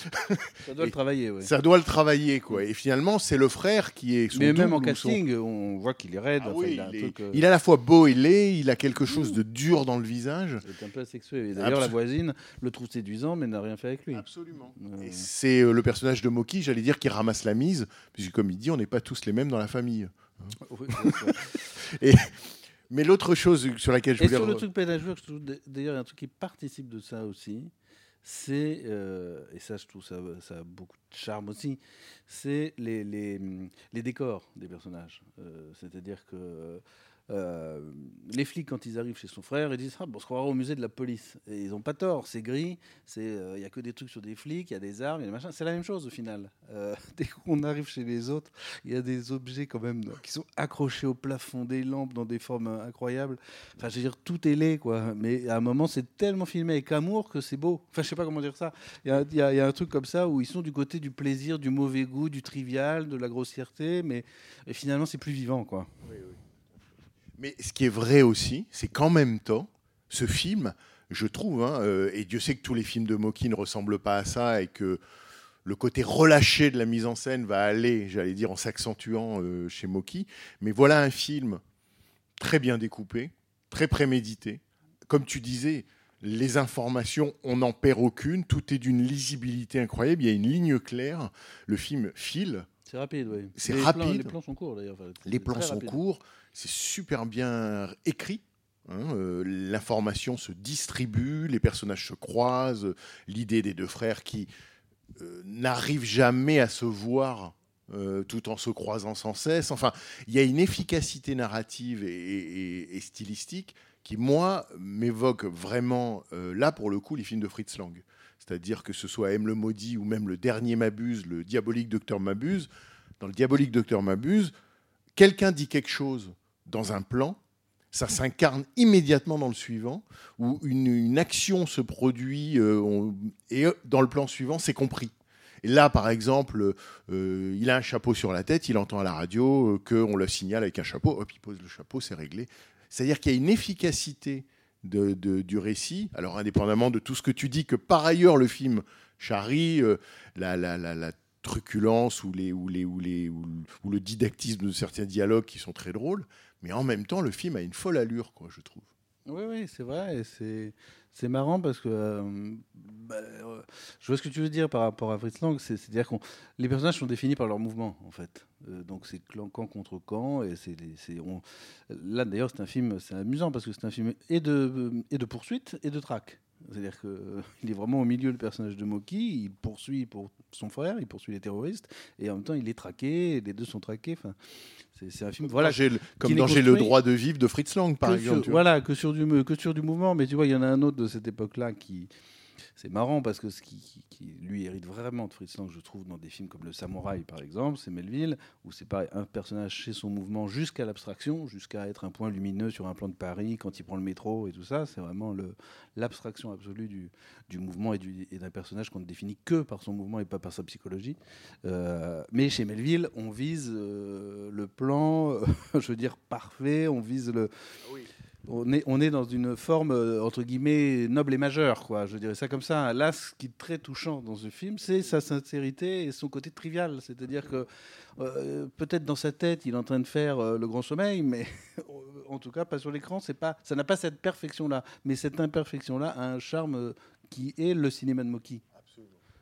Ça doit le travailler, oui. Ça doit le travailler, quoi. Et finalement, c'est le frère qui est son Mais même en double ou son- casting, on voit qu'il est raide. Ah enfin, oui, il, a un il, est, truc, euh, il est à la fois beau et laid, il a quelque chose de dur dans le visage. il est un peu asexué. Et d'ailleurs, la Absol- voisine le trouve séduisant, mais n'a rien fait avec lui. Absolument. Euh, Et c'est euh, le personnage de Mocky, j'allais dire, qui ramasse la mise, puisque comme il dit, on n'est pas tous les mêmes dans la famille. oui, bien sûr. Et... Mais l'autre chose sur laquelle je Et voulais... sur le re- truc pédagogique, je trouve d- d'ailleurs, il y a un truc qui participe de ça aussi, c'est, euh, et ça je trouve ça, ça a beaucoup de charme aussi, c'est les, les, les décors des personnages. Euh, c'est-à-dire que euh, les flics, quand ils arrivent chez son frère, ils disent ah, bon, on se croirait au musée de la police. Et ils n'ont pas tort, c'est gris, il euh, n'y a que des trucs sur des flics, il y a des armes, il y a des machins. C'est la même chose au final. Euh, dès qu'on arrive chez les autres, il y a des objets quand même qui sont accrochés au plafond, des lampes dans des formes incroyables. Enfin, je veux dire, tout est laid, quoi. Mais à un moment, c'est tellement filmé avec amour que c'est beau. Enfin, je sais pas comment dire ça. Il y a, il y a- il y a un truc comme ça où ils sont du côté du plaisir, du mauvais goût, du trivial, de la grossièreté, mais et finalement, c'est plus vivant, quoi. Mais ce qui est vrai aussi, c'est qu'en même temps, ce film, je trouve, hein, euh, et Dieu sait que tous les films de Mocky ne ressemblent pas à ça, et que le côté relâché de la mise en scène va aller, j'allais dire, en s'accentuant euh, chez Mocky. Mais voilà un film très bien découpé, très prémédité. Comme tu disais, les informations, on n'en perd aucune. Tout est d'une lisibilité incroyable. Il y a une ligne claire. Le film file. C'est rapide, oui. C'est Les rapide. plans- les plans sont courts, d'ailleurs. Enfin, c'est Les plans très sont rapide. courts. C'est super bien écrit. Hein, euh, l'information se distribue, les personnages se croisent. euh, L'idée des deux frères qui euh, n'arrivent jamais à se voir euh, tout en se croisant sans cesse. Enfin, il y a une efficacité narrative et, et- et stylistique qui, moi, m'évoque vraiment, euh, là, pour le coup, les films de Fritz Lang. C'est-à-dire que ce soit M. le Maudit ou même le dernier Mabuse, le diabolique Docteur Mabuse. Dans le diabolique Docteur Mabuse, quelqu'un dit quelque chose dans un plan, ça s'incarne immédiatement dans le suivant, où une, une action se produit euh, on- et euh, dans le plan suivant, c'est compris. Et là, par exemple, euh, il a un chapeau sur la tête, il entend à la radio euh, qu'on le signale avec un chapeau, hop, il pose le chapeau, c'est réglé. C'est-à-dire qu'il y a une efficacité de, de- du récit, alors indépendamment de tout ce que tu dis, que par ailleurs le film charrie euh, la, la, la, la truculence ou, les, ou, les, ou, les, ou, le- ou le didactisme de certains dialogues qui sont très drôles, mais en même temps, le film a une folle allure, quoi, je trouve. Oui, oui, c'est vrai. Et c'est, c'est marrant parce que euh, bah, euh, je vois ce que tu veux dire par rapport à Fritz Lang. C'est, c'est-à-dire que les personnages sont définis par leur mouvement, en fait. Euh, donc c'est clan, camp contre camp. Et c'est, les- c'est, on... Là, d'ailleurs, c'est un film, c'est amusant parce que c'est un film et de, et de poursuite et de traque. C'est-à-dire qu'il est vraiment au milieu, le personnage de Mocky. Il poursuit pour son frère, il poursuit les terroristes. Et en même temps, il est traqué. Et les deux sont traqués. Enfin, c'est, c'est un film. Voilà. Dans J'ai le- comme qu'il dans est J'ai le construit- droit de vivre de Fritz Lang, par que exemple. sur- tu vois. voilà, que sur, du, me- que sur du mouvement. Mais tu vois, il y en a un autre de cette époque-là qui. C'est marrant parce que ce qui, qui- qui, lui hérite vraiment de Fritz Lang, je trouve, dans des films comme Le Samouraï, par exemple, c'est Melville, où c'est pareil, un personnage chez son mouvement jusqu'à l'abstraction, jusqu'à être un point lumineux sur un plan de Paris quand il prend le métro et tout ça. C'est vraiment le, l'abstraction absolue du, du mouvement et, du, et d'un personnage qu'on ne définit que par son mouvement et pas par sa psychologie. Euh, mais chez Melville, on vise euh, le plan, euh, je veux dire, parfait, on vise le... On est, on est dans une forme, euh, entre guillemets, noble et majeure, quoi. Je dirais ça comme ça. Là, ce qui est très touchant dans ce film, c'est sa sincérité et son côté trivial. C'est-à-dire que euh, peut-être dans sa tête, il est en train de faire euh, le grand sommeil, mais en tout cas, pas sur l'écran. C'est pas, ça n'a pas cette perfection-là. Mais cette imperfection-là a un charme euh, qui est le cinéma de Mocky.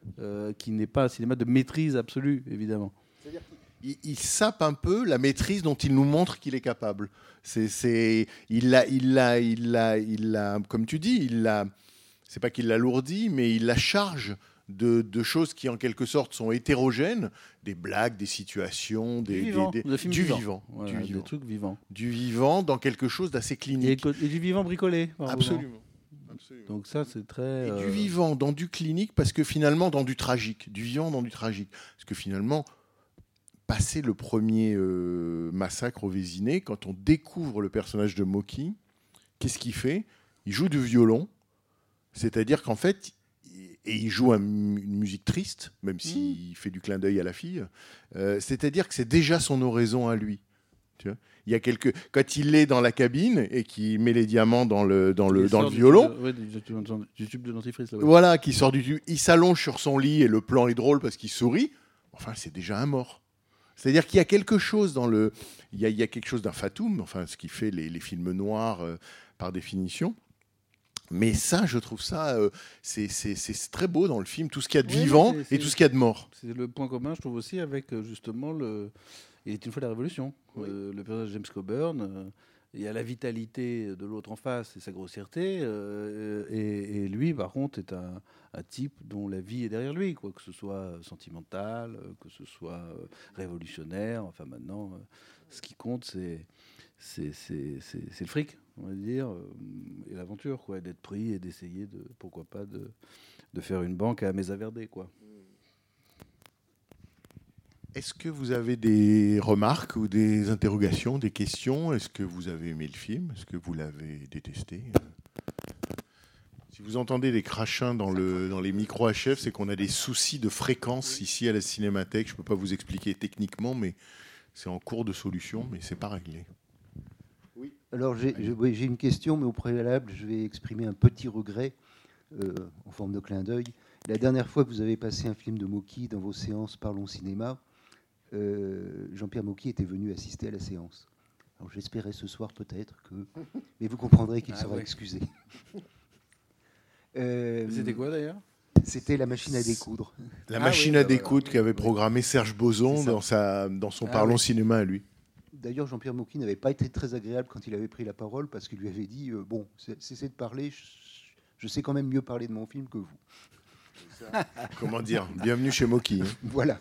euh, qui n'est pas un cinéma de maîtrise absolue, évidemment. Il, il sape un peu la maîtrise dont il nous montre qu'il est capable. C'est, c'est, il l'a, il l'a, il l'a, il l'a, comme tu dis, il l'a. C'est pas qu'il l'alourdit, mais il la charge de, de choses qui, en quelque sorte, sont hétérogènes, des blagues, des situations, des, Du vivant, des- des- de film du vivant. vivant, Voilà, du des vivant, trucs vivants. du vivant dans quelque chose d'assez Et, clinique. co- et du vivant bricolé. par moments. Absolument. Absolument. Donc ça, c'est très... Et euh, du vivant dans du clinique, parce que finalement, dans du tragique. Du vivant dans du tragique. Parce que finalement, passer le premier euh, massacre au Vésiné, quand on découvre le personnage de Moki, qu'est-ce qu'il fait ? Il joue du violon, c'est-à-dire qu'en fait, et il joue un- une musique triste, même s'il fait du clin d'œil à la fille, euh, c'est-à-dire que c'est déjà son oraison à lui. Tu vois, il y a quelques... Quand il est dans la cabine et qu'il met les diamants dans le, dans le, il dans sort le du violon, tube de- ouais, du, tube de- du tube de dentifrice. Là, ouais. voilà, qui sort du tube, il s'allonge sur son lit et le plan est drôle parce qu'il sourit. Enfin, c'est déjà un mort. C'est-à-dire qu'il y a quelque chose dans le, il y a, il y a quelque chose d'un fatum, enfin, ce qui fait les, les films noirs euh, par définition. Mais ça, je trouve ça, euh, c'est, c'est, c'est très beau dans le film, tout ce qu'il y a de Ouais, vivant c'est- et c'est- tout ce qu'il y a de mort. C'est le point commun, je trouve aussi, avec euh, justement le. Il est une fois la Révolution. Euh, le personnage de James Coburn. euh, Il y a la vitalité de l'autre en face et sa grossièreté. euh, et, et lui, par contre, est un, un type dont la vie est derrière lui, quoi, que ce soit sentimental, euh, que ce soit euh, révolutionnaire. Enfin, maintenant, euh, ce qui compte, c'est c'est c'est- c'est- c'est le fric, on va dire, euh, et l'aventure, quoi, d'être pris et d'essayer, de, pourquoi pas, de, de faire une banque à Mesa Verde, quoi. Est-ce que vous avez des remarques ou des interrogations, des questions ? Est-ce que vous avez aimé le film ? Est-ce que vous l'avez détesté ? Si vous entendez des crachins dans, le, dans les micros H F, c'est qu'on a des soucis de fréquence ici à la Cinémathèque. Je ne peux pas vous expliquer techniquement, mais c'est en cours de solution, mais ce n'est pas réglé. Alors j'ai je- oui, j'ai une question, mais au préalable, je vais exprimer un petit regret euh, en forme de clin d'œil. La dernière fois que vous avez passé un film de Moki dans vos séances Parlons Cinéma, euh, Jean-Pierre Moki était venu assister à la séance. Alors j'espérais ce soir peut-être que... Mais vous comprendrez qu'il Ah sera ouais. excusé. Euh, C'était quoi d'ailleurs? C'était la machine à découdre. La Ah machine oui, à bah découdre voilà. qu'avait Oui. programmé Serge Boson C'est ça. dans, sa, dans son Ah Parlons oui. Cinéma à lui. D'ailleurs, Jean-Pierre Mocky n'avait pas été très agréable quand il avait pris la parole parce qu'il lui avait dit euh, bon, c'est- cessez de parler, je, je sais quand même mieux parler de mon film que vous. Comment dire ? Bienvenue chez Moki. hein. Voilà.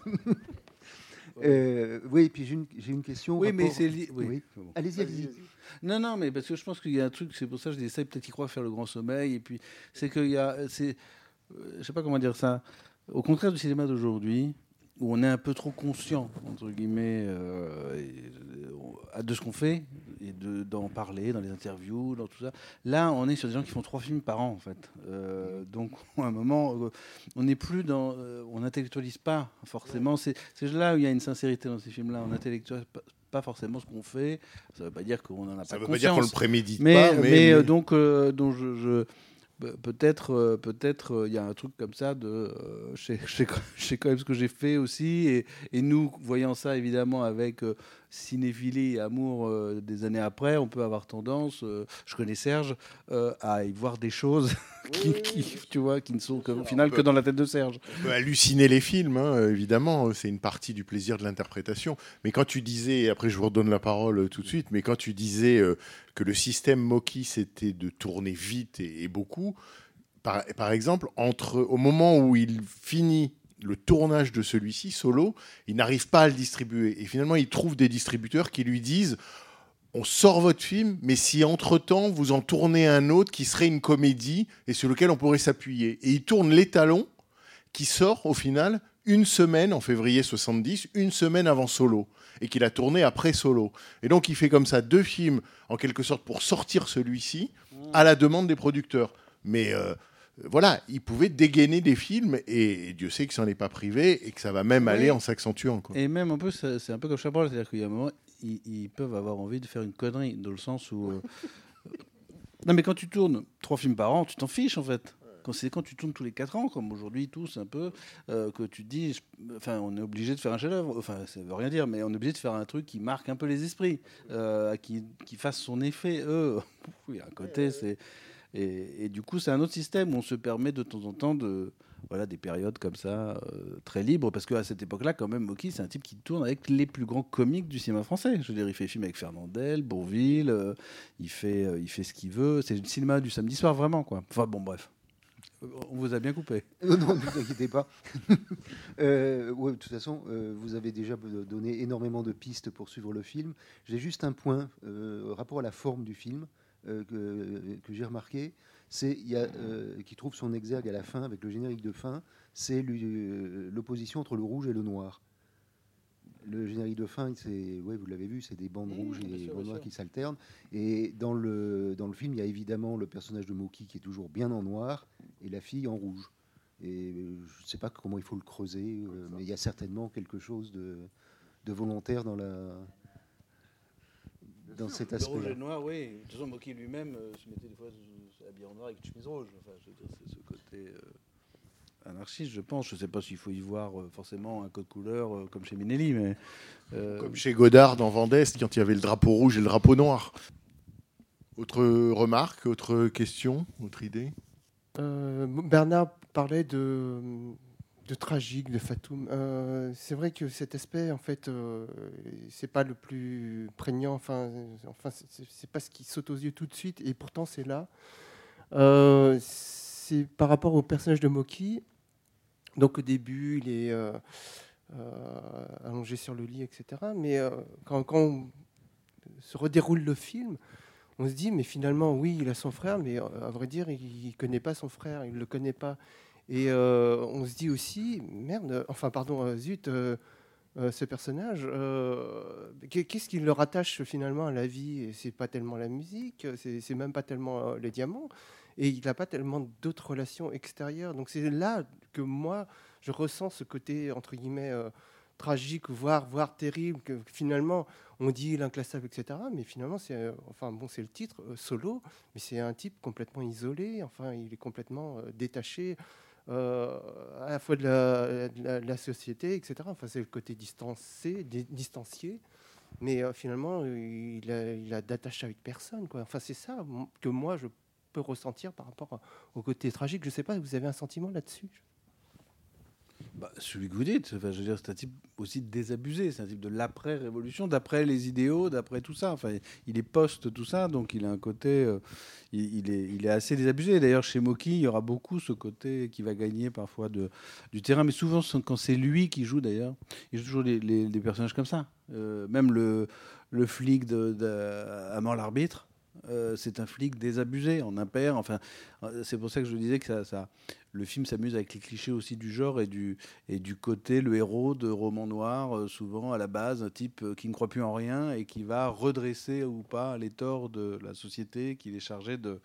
Euh, oui, et puis j'ai une, j'ai une question. Oui, mais rapport- c'est li- oui. Oui. Bon. Allez-y, allez-y. Non, non, mais parce que je pense qu'il y a un truc, c'est pour ça que je dis ça, peut-être qu'il croit faire le grand sommeil, et puis c'est qu'il y a, c'est, euh, je sais pas comment dire ça, au contraire du cinéma d'aujourd'hui, où on est un peu trop conscient, entre guillemets, euh, et, euh, de ce qu'on fait, et de, d'en parler dans les interviews, dans tout ça. Là, on est sur des gens qui font trois films par an, en fait. Euh, donc, à un moment, euh, on n'est plus dans... euh, on n'intellectualise pas, forcément. C'est, c'est là où il y a une sincérité dans ces films-là. On n'intellectualise pas, pas forcément ce qu'on fait. Ça ne veut pas dire qu'on n'en a Ça pas ne veut pas dire qu'on le conscience. prémédite Mais, pas, mais, mais, euh, mais- donc, euh, donc je, je- pe- peut-être, euh, peut-être, euh, il y a un truc comme ça de, euh, je sais, je sais quand- je sais quand même ce que j'ai fait aussi, et, et nous, voyant ça évidemment avec euh, cinéphilie et amour euh, des années après, on peut avoir tendance, euh, je connais Serge, euh, à y voir des choses qui, qui, tu vois, qui ne sont que- au final que dans la tête de Serge. On peut halluciner les films, hein, évidemment, c'est une partie du plaisir de l'interprétation. Mais quand tu disais, et après je vous redonne la parole euh, tout de suite, mais quand tu disais euh, que le système Moki, c'était de tourner vite et, et beaucoup, par, par exemple, entre, au moment où il finit le tournage de celui-ci, Solo, il n'arrive pas à le distribuer. Et finalement, il trouve des distributeurs qui lui disent on sort votre film, mais si entre-temps, vous en tournez un autre qui serait une comédie et sur lequel on pourrait s'appuyer. Et il tourne L'étalon, qui sort au final une semaine, en février soixante-dix, une semaine avant Solo, et qu'il a tourné après Solo. Et donc il fait comme ça deux films, en quelque sorte, pour sortir celui-ci, à la demande des producteurs. Mais euh, voilà, il pouvait dégainer des films, et, et Dieu sait que ça n'en est pas privé, et que ça va même Oui. aller en s'accentuant, quoi. Et même un peu, c'est c'est un peu comme Chabrol, c'est-à-dire qu'il y a un moment, ils, ils peuvent avoir envie de faire une connerie, dans le sens où... euh, non, mais quand tu tournes trois films par an, tu t'en fiches, en fait. Quand c'est quand tu tournes tous les quatre ans, comme aujourd'hui tous un peu, euh, que tu te dis, je- enfin, on est obligé de faire un chef-d'œuvre. Enfin, ça veut rien dire, mais on est obligé de faire un truc qui marque un peu les esprits, euh, qui, qui fasse son effet. Eux, il y a un côté, c'est Et, et du coup, c'est un autre système où on se permet de temps en temps de, voilà, des périodes comme ça, euh, très libres, parce qu'à cette époque-là, quand même, Mocky, c'est un type qui tourne avec les plus grands comiques du cinéma français. Je veux dire, il fait des films avec Fernandel, Bourvil, euh, il, fait, euh, il fait ce qu'il veut. C'est le cinéma du samedi soir, vraiment, quoi. Enfin, bon, bref. On vous a bien coupé. Euh, non, ne vous inquiétez pas. euh, ouais, de toute façon, euh, vous avez déjà donné énormément de pistes pour suivre le film. J'ai juste un point, euh, rapport à la forme du film, euh, que, que j'ai remarqué. C'est il y a, euh, qui trouve son exergue à la fin, avec le générique de fin, c'est l'opposition entre le rouge et le noir. Le générique de fin, c'est, ouais, vous l'avez vu, c'est des bandes mmh, rouges et des bandes noires qui s'alternent. Et dans le, dans le film, il y a évidemment le personnage de Mocky qui est toujours bien en noir et la fille en rouge. Et je ne sais pas comment il faut le creuser, euh, mais il y a certainement quelque chose de, de volontaire dans, la, dans cet aspect-là. Le rouge et le noir, oui. De toute façon, Mocky lui-même euh, se mettait des fois habillé en noir avec une chemise rouge. Enfin, je veux dire, c'est ce côté... Euh... anarchiste, je pense. Je ne sais pas s'il faut y voir euh, forcément un code couleur euh, comme chez Minelli, mais euh... comme chez Godard dans Vendeste, quand il y avait le drapeau rouge et le drapeau noir. Autre remarque, autre question, autre idée. euh, Bernard parlait de, de tragique, de Fatoum. Euh, c'est vrai que cet aspect, en fait, euh, c'est pas le plus prégnant. Enfin, enfin, c'est, c'est pas ce qui saute aux yeux tout de suite, et pourtant c'est là. Euh, c'est par rapport au personnage de Mocky. Donc au début, il est euh, euh, allongé sur le lit, et cetera. Mais euh, quand, quand on se redéroule le film, on se dit, mais finalement, oui, il a son frère, mais à vrai dire, il ne connaît pas son frère, il ne le connaît pas. Et euh, on se dit aussi, merde, enfin pardon, euh, zut, euh, euh, ce personnage, euh, qu'est-ce qui le rattache finalement à la vie? Et c'est pas tellement la musique, c'est, c'est même pas tellement euh, les diamants. Et il n'a pas tellement d'autres relations extérieures. Donc c'est là que moi, je ressens ce côté, entre guillemets, euh, tragique, voire, voire terrible, que finalement, on dit l'inclassable, et cetera. Mais finalement, c'est, euh, enfin, bon, c'est le titre, euh, Solo, mais c'est un type complètement isolé, enfin, il est complètement euh, détaché euh, à la fois de la, de la, de la société, et cetera. Enfin, c'est le côté distancé, di- distancié. Mais euh, finalement, il a, il a d'attache avec personne, quoi. Enfin, c'est ça que moi, je peux ressentir par rapport au côté tragique. Je ne sais pas, vous avez un sentiment là-dessus? Bah, celui que vous dites, enfin, je veux dire, c'est un type aussi désabusé, c'est un type de l'après-révolution, d'après les idéaux, d'après tout ça. Enfin, il est post tout ça, donc il a un côté, euh, il, il, est, il est assez désabusé. D'ailleurs, chez Mocky, il y aura beaucoup ce côté qui va gagner parfois de, du terrain, mais souvent quand c'est lui qui joue, d'ailleurs, il joue toujours les, les, les personnages comme ça. Euh, même le, le flic de, de, à mort l'arbitre. Euh, c'est un flic désabusé, en impair. Enfin, c'est pour ça que je disais que ça, ça, le film s'amuse avec les clichés aussi du genre et du, et du côté, le héros de roman noir, euh, souvent à la base, un type qui ne croit plus en rien et qui va redresser ou pas les torts de la société qu'il est chargé de,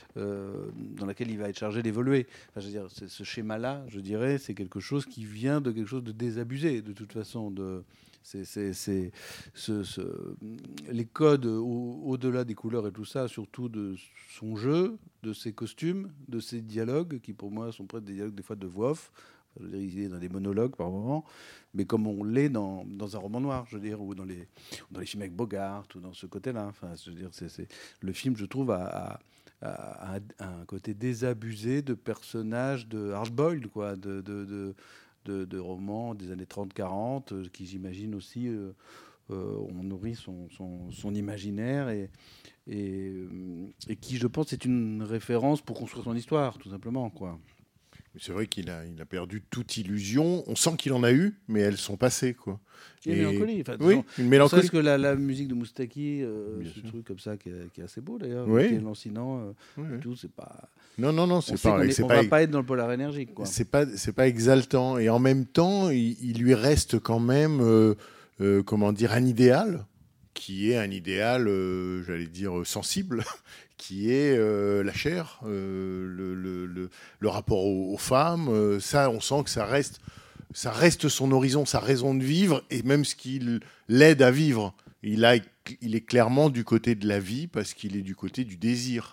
euh, dans laquelle il va être chargé d'évoluer. Enfin, je veux dire, ce schéma-là, je dirais, c'est quelque chose qui vient de quelque chose de désabusé, de toute façon, de... C'est, c'est, c'est ce, ce, les codes au, au-delà des couleurs et tout ça, surtout de son jeu, de ses costumes, de ses dialogues, qui pour moi sont presque des dialogues des fois de voix off. Enfin, je veux dire, il est dans des monologues par moment, mais comme on l'est dans, dans un roman noir, je veux dire, ou dans les, dans les films avec Bogart, ou dans ce côté-là. Enfin, je veux dire, c'est, c'est, le film, je trouve, a, a, a, a un côté désabusé de personnages de hard-boiled, quoi, de... de, de De, de romans des années trente quarante, euh, qui j'imagine aussi euh, euh, ont nourri son, son, son imaginaire et, et, euh, et qui, je pense, est une référence pour construire son histoire, tout simplement, quoi. C'est vrai qu'il a, il a perdu toute illusion. On sent qu'il en a eu, mais elles sont passées, quoi. Et une mélancolie. Enfin, oui, façon, une mélancolie. Parce que la, la musique de Moustaki, euh, ce sûr. truc comme ça qui est, qui est assez beau d'ailleurs, oui. qui est lancinant, euh, oui. tout, c'est pas. Non, non, non, c'est on pas. Est, c'est on pas, va pas être dans le polar énergique, quoi. C'est pas, c'est pas exaltant. Et en même temps, il, il lui reste quand même, euh, euh, comment dire, un idéal qui est un idéal, euh, j'allais dire, sensible, qui est euh, la chair, euh, le, le, le, le rapport aux, aux femmes. Euh, ça, on sent que ça reste, ça reste son horizon, sa raison de vivre, et même ce qui l'aide à vivre. Il, a, il est clairement du côté de la vie parce qu'il est du côté du désir,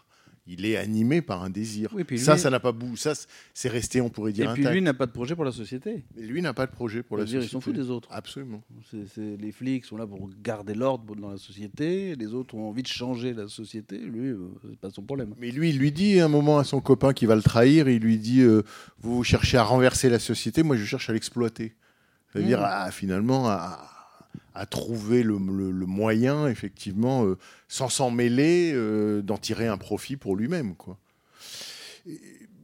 Il est animé par un désir. Oui, puis ça, lui- ça n'a pas bougé. Ça, c'est resté, on pourrait dire, Et puis intact. lui n'a pas de projet pour la société. Mais lui n'a pas de projet pour la C'est-à-dire, société. ils s'en foutent des autres. Absolument. C'est, c'est- les flics sont là pour garder l'ordre dans la société. Les autres ont envie de changer la société. Lui, euh, c'est pas son problème. Mais lui, il lui dit un moment à son copain qui va le trahir, il lui dit euh, vous cherchez à renverser la société, moi je cherche à l'exploiter. C'est-à-dire Mmh. à, finalement à, à trouver le, le- le moyen, effectivement, euh, sans s'en mêler, euh, d'en tirer un profit pour lui-même, quoi. Et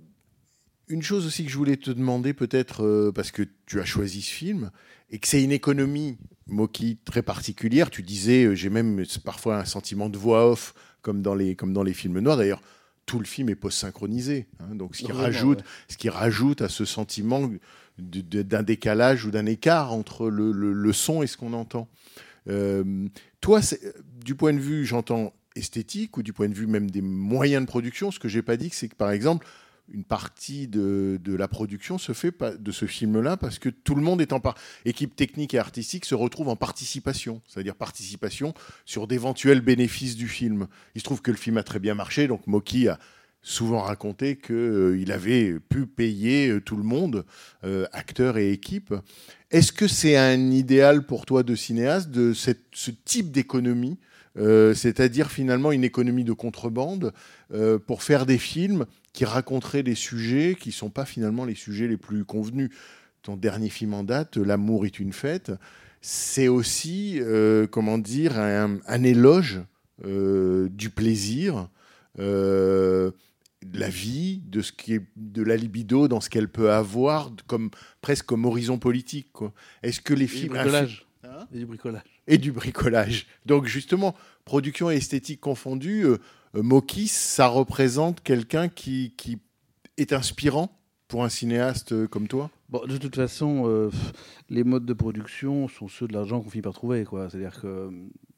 une chose aussi que je voulais te demander, peut-être, euh, parce que tu as choisi ce film, et que c'est une économie, Moki, très particulière. Tu disais, euh, j'ai même parfois un sentiment de voix off, comme dans les, comme dans les films noirs. D'ailleurs, tout le film est post-synchronisé. Hein, donc, ce qui, Vraiment, rajoute, ouais. ce qui rajoute à ce sentiment de- de- d'un décalage ou d'un écart entre le, le- le son et ce qu'on entend. Euh, toi, c'est- du point de vue, j'entends, esthétique, ou du point de vue même des moyens de production, ce que j'ai pas dit, c'est que, par exemple, une partie de, de la production se fait pas, de ce film-là parce que tout le monde est en part, équipe technique et artistique se retrouve en participation, c'est-à-dire participation sur d'éventuels bénéfices du film. Il se trouve que le film a très bien marché, donc Moki a souvent raconté qu'il euh, avait pu payer euh, tout le monde, euh, acteurs et équipe. Est-ce que c'est un idéal pour toi de cinéaste, de cette, ce type d'économie, euh, c'est-à-dire finalement une économie de contrebande, euh, pour faire des films qui raconteraient des sujets qui ne sont pas finalement les sujets les plus convenus? Ton dernier film en date, L'amour est une fête, c'est aussi, euh, comment dire, un, un éloge euh, du plaisir, euh, de la vie, de, ce qui est, de la libido dans ce qu'elle peut avoir, comme, presque comme horizon politique, quoi. Est-ce que les Et du films... bricolage. Hein Et du bricolage. et du bricolage. Donc justement, production et esthétique confondues, euh, euh, Moki, ça représente quelqu'un qui, qui est inspirant pour un cinéaste euh, comme toi? Bon, de toute façon, euh, pff, les modes de production sont ceux de l'argent qu'on finit par trouver, quoi. C'est-à-dire que euh,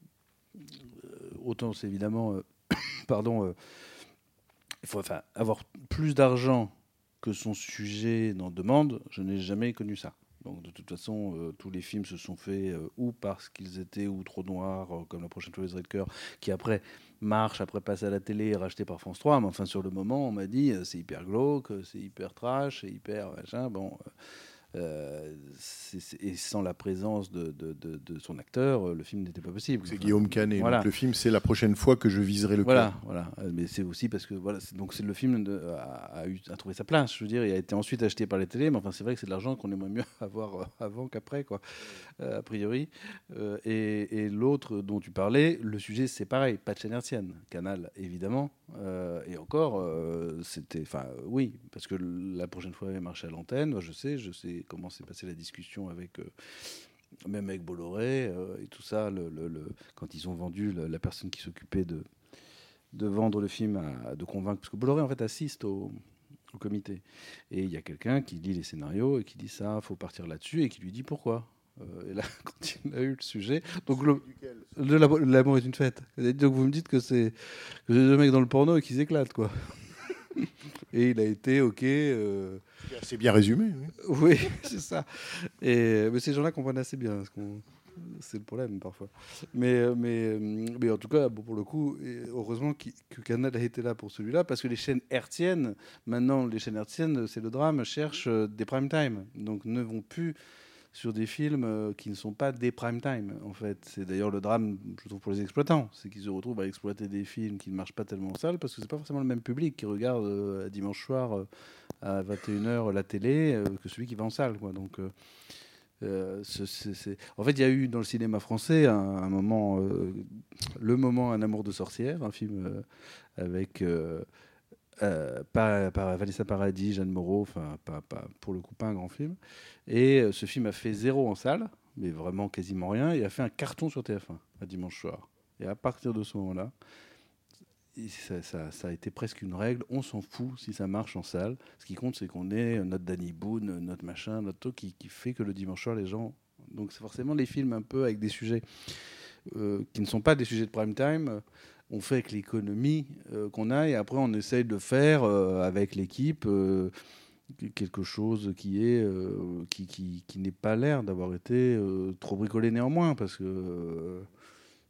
autant c'est évidemment, euh, pardon, euh, il faut enfin avoir plus d'argent que son sujet n'en demande. Je n'ai jamais connu ça. Donc de toute façon, euh, tous les films se sont faits euh, ou parce qu'ils étaient ou trop noirs, euh, comme La prochaine fois les Redker, qui après marche, après passe à la télé, est racheté par France trois. Mais enfin sur le moment, on m'a dit euh, c'est hyper glauque, c'est hyper trash, c'est hyper machin. Bon. Euh, Euh, c'est- c'est- et sans la présence de, de, de, de son acteur, euh, le film n'était pas possible. C'est Enfin, Guillaume Canet. voilà. Donc le film, c'est la prochaine fois que je viserai le Voilà, cœur. voilà. Euh, Mais c'est aussi parce que voilà, c'est- donc c'est le film de- a, a eu, a trouvé sa place. Je veux dire, il a été ensuite acheté par les télés, mais enfin c'est vrai que c'est de l'argent qu'on aimerait mieux avoir euh, avant qu'après, quoi, euh, a priori. Euh, et et l'autre dont tu parlais, le sujet c'est pareil, pas de chaîne hertzienne, Canal évidemment. Euh, et encore, euh, c'était, enfin euh, oui, parce que la prochaine fois elle marche à l'antenne. Moi, je sais, je sais comment s'est passée la discussion avec. Euh, même avec Bolloré euh, et tout ça, le, le, le, quand ils ont vendu le, la personne qui s'occupait de, de vendre le film, à, de convaincre, parce que Bolloré en fait assiste au, au comité. Et il y a quelqu'un qui lit les scénarios et qui dit ça, faut partir là-dessus, et qui lui dit pourquoi. Euh, et là, quand il a eu le sujet, donc le, le, l'amour est une fête. Donc vous me dites que c'est que c'est deux mecs dans le porno et qu'ils éclatent, quoi. Et il a été ok. Euh, C'est bien résumé. Oui. oui, c'est ça. Et, mais ces gens-là comprennent assez bien. Parce qu'on... C'est le problème parfois. Mais, mais, mais en tout cas, bon, pour le coup, heureusement que Canal a été là pour celui-là, parce que les chaînes hertziennes, maintenant, les chaînes hertziennes, c'est le drame, cherchent des prime time. Donc ne vont plus sur des films qui ne sont pas des prime time, en fait. C'est d'ailleurs le drame, je trouve, pour les exploitants. C'est qu'ils se retrouvent à exploiter des films qui ne marchent pas tellement en salle, parce que c'est pas forcément le même public qui regarde euh, dimanche soir euh, à vingt et une heures la télé euh, que celui qui va en salle, quoi. Donc... Euh, Euh, c'est, c'est, c'est... En fait, il y a eu dans le cinéma français un, un moment, euh, le moment Un amour de sorcière, un film euh, avec euh, euh, par, par Vanessa Paradis, Jeanne Moreau, enfin, pas, pas, pour le coup, pas un grand film. Et euh, ce film a fait zéro en salle, mais vraiment quasiment rien, et a fait un carton sur T F un, un dimanche soir. Et à partir de ce moment-là, Ça, ça, ça a été presque une règle. On s'en fout si ça marche en salle. Ce qui compte, c'est qu'on ait notre Danny Boone, notre machin, notre truc qui, qui fait que le dimanche soir, les gens. Donc, c'est forcément les films un peu avec des sujets euh, qui ne sont pas des sujets de prime time. On fait avec l'économie euh, qu'on a et après, on essaye de faire euh, avec l'équipe euh, quelque chose qui est euh, qui, qui, qui n'est pas l'air d'avoir été euh, trop bricolé néanmoins parce que. Euh,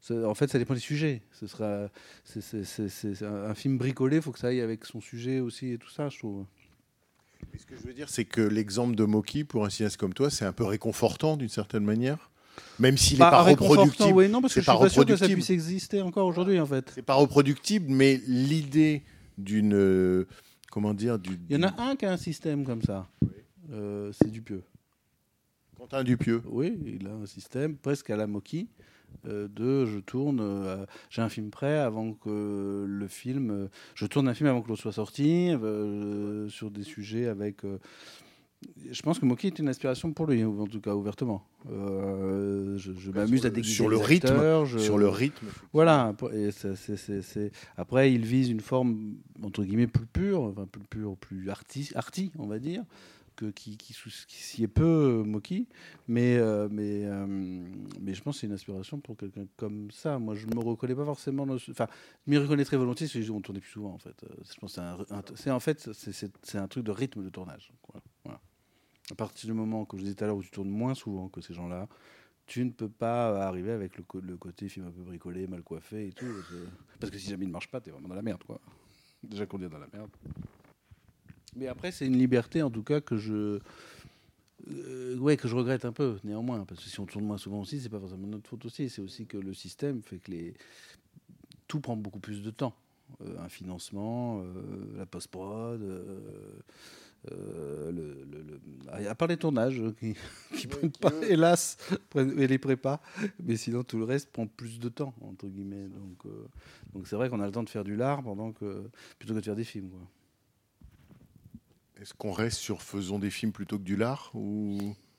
Ça, en fait, ça dépend des sujets. Ce sera, c'est, c'est, c'est, c'est, c'est un, un film bricolé, il faut que ça aille avec son sujet aussi et tout ça, je trouve. Et ce que je veux dire, c'est que l'exemple de Moki, pour un cinéaste comme toi, c'est un peu réconfortant d'une certaine manière, même s'il n'est pas, pas reproductible. Oui, non, parce que je suis pas sûr que ça puisse exister encore aujourd'hui, en fait. C'est pas reproductible, mais l'idée d'une, euh, comment dire, du. Il y en a un qui a un système comme ça. Oui. Euh, c'est Dupieux. Quentin Dupieux. Oui, il a un système presque à la Moki. Euh, de je tourne, euh, j'ai un film prêt avant que le film, euh, je tourne un film avant que l'autre soit sorti, euh, sur des sujets avec. Euh, je pense que Moki est une inspiration pour lui, en tout cas ouvertement. Euh, je je m'amuse à déguiser sur le les rythme, acteurs, je, sur le rythme. Voilà. Et ça, c'est, c'est, c'est... Après, il vise une forme entre guillemets plus pure, enfin plus pure, plus arty, arty, on va dire. Que, qui, qui, qui s'y est peu euh, Moki, mais, euh, mais, euh, mais je pense que c'est une inspiration pour quelqu'un comme ça. Moi, je ne me reconnais pas forcément. Dans ce... Enfin, je m'y reconnais très volontiers, parce qu'on tournait plus souvent, en fait. Je pense que c'est, un, un, c'est en fait, c'est, c'est, c'est un truc de rythme de tournage. Quoi. Voilà. À partir du moment, comme je disais tout à l'heure, où tu tournes moins souvent que ces gens-là, tu ne peux pas arriver avec le, le côté film un peu bricolé, mal coiffé et tout. Parce que si jamais il ne marche pas, tu es vraiment dans la merde, quoi. Déjà qu'on est dans la merde. Mais après, c'est une liberté, en tout cas, que je, euh, ouais, que je regrette un peu, néanmoins. Parce que si on tourne moins souvent aussi, c'est pas forcément notre faute aussi. C'est aussi que le système fait que les... tout prend beaucoup plus de temps. Euh, un financement, euh, la post-prod, euh, euh, le, le, le... à part les tournages, qui, qui prennent pas, hélas, et les prépas. Mais sinon, tout le reste prend plus de temps, entre guillemets. Donc, euh, donc c'est vrai qu'on a le temps de faire du lard pendant que, plutôt que de faire des films, quoi. Est-ce qu'on reste sur faisons des films plutôt que du lard ou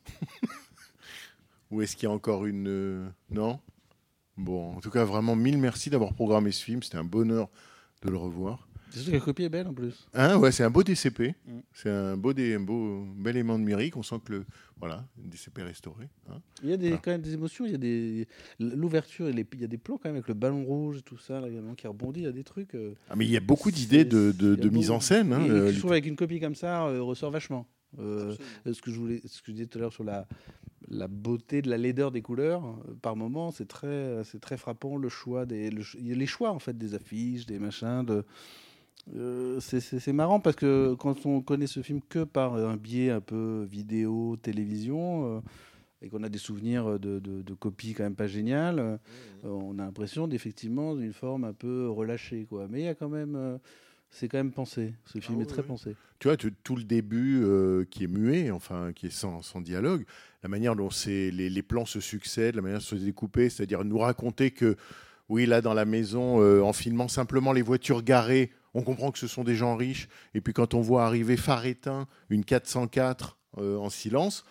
ou est-ce qu'il y a encore une euh... non? Bon, en tout cas, vraiment mille merci d'avoir programmé ce film. C'était un bonheur de le revoir. C'est sûr que la copie est belle en plus. Hein, ouais, c'est un beau D C P. Mm. C'est un beau, dé, un beau bel élément numérique. On sent que le voilà, D C P restauré. Hein. Il y a des, voilà. quand même des émotions. Il y a des l'ouverture. Il y a des plans quand même avec le ballon rouge et tout ça. Là, il y a un qui rebondit. Il y a des trucs. Euh, ah, mais il y a beaucoup d'idées de, de, de mise en scène. Hein, et, euh, et je trouve avec une copie comme ça euh, ressort vachement. Euh, ce que je voulais, ce que je disais tout à l'heure sur la la beauté de la laideur des couleurs, euh, par moment, c'est très, c'est très frappant le choix des, le, les choix en fait des affiches, des machins. De, euh, c'est, c'est, c'est marrant parce que quand on connaît ce film que par un biais un peu vidéo, télévision, euh, et qu'on a des souvenirs de, de, de copies quand même pas géniales, euh, mmh. on a l'impression d'effectivement d'une forme un peu relâchée, quoi. Mais il y a quand même euh, c'est quand même pensé. Ce film ah, est oui, très oui. pensé. Tu vois, tu, tout le début euh, qui est muet, enfin qui est sans, sans dialogue, la manière dont c'est, les, les plans se succèdent, la manière de se découper, c'est-à-dire nous raconter que, oui, là, dans la maison, euh, en filmant simplement les voitures garées, on comprend que ce sont des gens riches. Et puis quand on voit arriver phare éteint, une quatre cent quatre euh, en silence,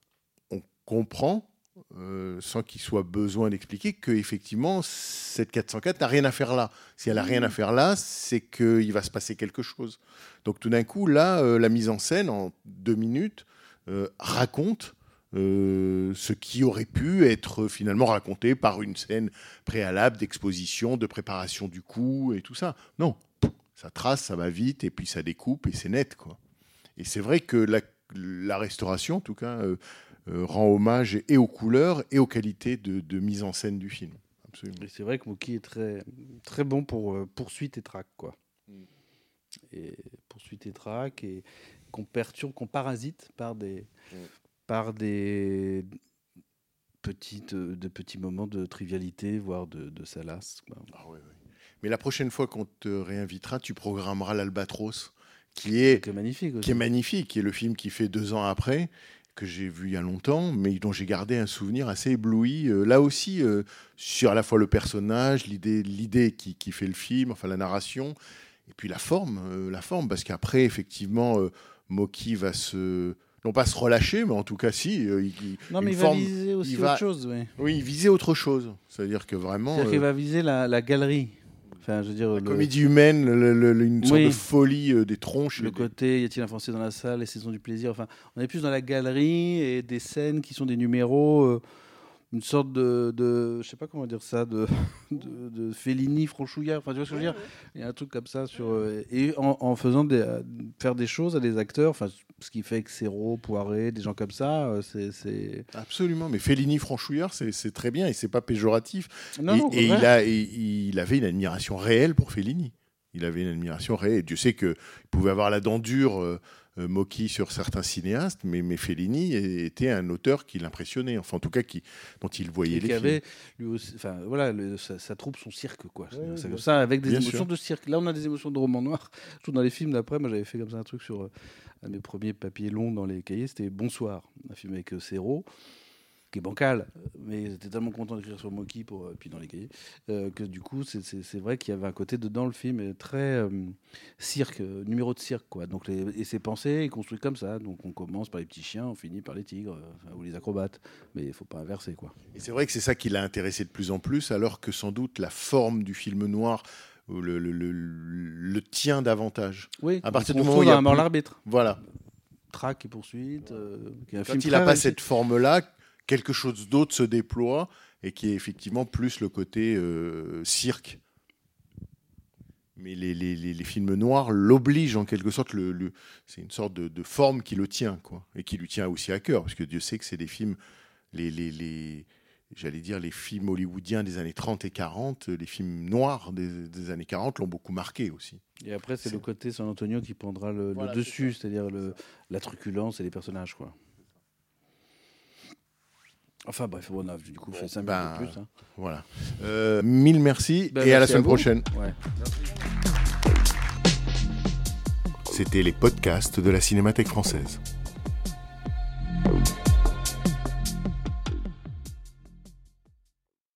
on comprend, Euh, sans qu'il soit besoin d'expliquer qu'effectivement, cette quatre cent quatre n'a rien à faire là. Si elle n'a rien à faire là, c'est qu'il va se passer quelque chose. Donc tout d'un coup, là, euh, la mise en scène, en deux minutes, euh, raconte euh, ce qui aurait pu être finalement raconté par une scène préalable d'exposition, de préparation du coup et tout ça. Non, ça trace, ça va vite, et puis ça découpe, et c'est net, quoi. Et c'est vrai que la, la restauration, en tout cas... Euh, Euh, rend hommage et aux couleurs et aux qualités de, de mise en scène du film. Absolument. Et c'est vrai que Moki est très, très bon pour euh, poursuite et traque, quoi. Mm. Et poursuite et traque, et qu'on perturbe, qu'on parasite par des, mm. par des petites, de petits moments de trivialité, voire de, de salace. Quoi. Ah ouais, ouais. Mais la prochaine fois qu'on te réinvitera, tu programmeras l'Albatros, qui est, qui est magnifique aussi. Qui est magnifique, qui est le film qui fait deux ans après, que j'ai vu il y a longtemps, mais dont j'ai gardé un souvenir assez ébloui. Euh, là aussi, euh, sur à la fois le personnage, l'idée, l'idée qui, qui fait le film, enfin la narration, et puis la forme, euh, la forme, parce qu'après, effectivement, euh, Moki va se... non pas se relâcher, mais en tout cas, si. Euh, il, non, mais il forme, va viser aussi il va, autre chose. Oui, oui il visait autre chose. C'est-à-dire que vraiment... C'est-à-dire qu'il euh, va viser la, la galerie. Enfin, je veux dire, la le... comédie humaine, le, le, le, une sorte oui. de folie euh, des tronches. Le des... côté, y a-t-il un Français dans la salle, les saisons du plaisir. Enfin, on est plus dans la galerie et des scènes qui sont des numéros. Euh, une sorte de, de je sais pas comment dire ça, de, de, de Fellini franchouillard. Enfin, tu vois ce que je veux dire ? Il y a un truc comme ça sur euh, et en, en faisant des, euh, faire des choses à des acteurs. Enfin, ce qui fait que Serrault, Poiré, des gens comme ça, euh, c'est, c'est absolument. Mais Fellini franchouillard, c'est, c'est très bien et c'est pas péjoratif. Non, et non, et il a, et, il avait une admiration réelle pour Fellini. Il avait une admiration réelle. Et Dieu sait qu'il pouvait avoir la dent dure. Euh, Mocky sur certains cinéastes, mais, mais Fellini était un auteur qui l'impressionnait, enfin en tout cas qui, dont il voyait et les qui films. avait, lui aussi, enfin voilà, le, sa, sa troupe, son cirque, quoi. Ouais, c'est bien comme ça, avec des bien émotions sûr. de cirque. Là, on a des émotions de roman noir. Surtout dans les films d'après, moi j'avais fait comme ça un truc sur euh, un de mes premiers papiers longs dans les cahiers, c'était Bonsoir, un film avec euh, Serrault, qui est bancal, mais j'étais tellement content d'écrire sur Mocky pour euh, puis dans les cahiers euh, que du coup c'est, c'est, c'est vrai qu'il y avait un côté dedans le film est très euh, cirque, euh, numéro de cirque quoi. Donc les, et c'est pensé et construit comme ça. Donc on commence par les petits chiens, on finit par les tigres euh, ou les acrobates, mais il faut pas inverser quoi. Et c'est vrai que c'est ça qui l'a intéressé de plus en plus, alors que sans doute la forme du film noir le, le, le, le tient davantage. Oui. À partir on du moment où il y a mort plus... l'arbitre. Voilà. Traque et poursuite. Euh, un Quand il n'a pas cette forme-là, quelque chose d'autre se déploie et qui est effectivement plus le côté euh, cirque. Mais les, les, les, les films noirs l'obligent en quelque sorte. Le, le, c'est une sorte de, de forme qui le tient, quoi, et qui lui tient aussi à cœur, parce que Dieu sait que c'est des films, les, les, les, j'allais dire les films hollywoodiens des années trente et quarante, les films noirs des, des années quarante l'ont beaucoup marqué aussi. Et après, c'est, c'est... le côté San Antonio qui prendra le, voilà, le dessus, c'est c'est-à-dire le, la truculence et les personnages, quoi. Enfin bref, on a du coup fait cinq ben, minutes de plus. Hein. Voilà. Euh, mille merci ben, et merci à la semaine à prochaine. Ouais. C'était les podcasts de la Cinémathèque française.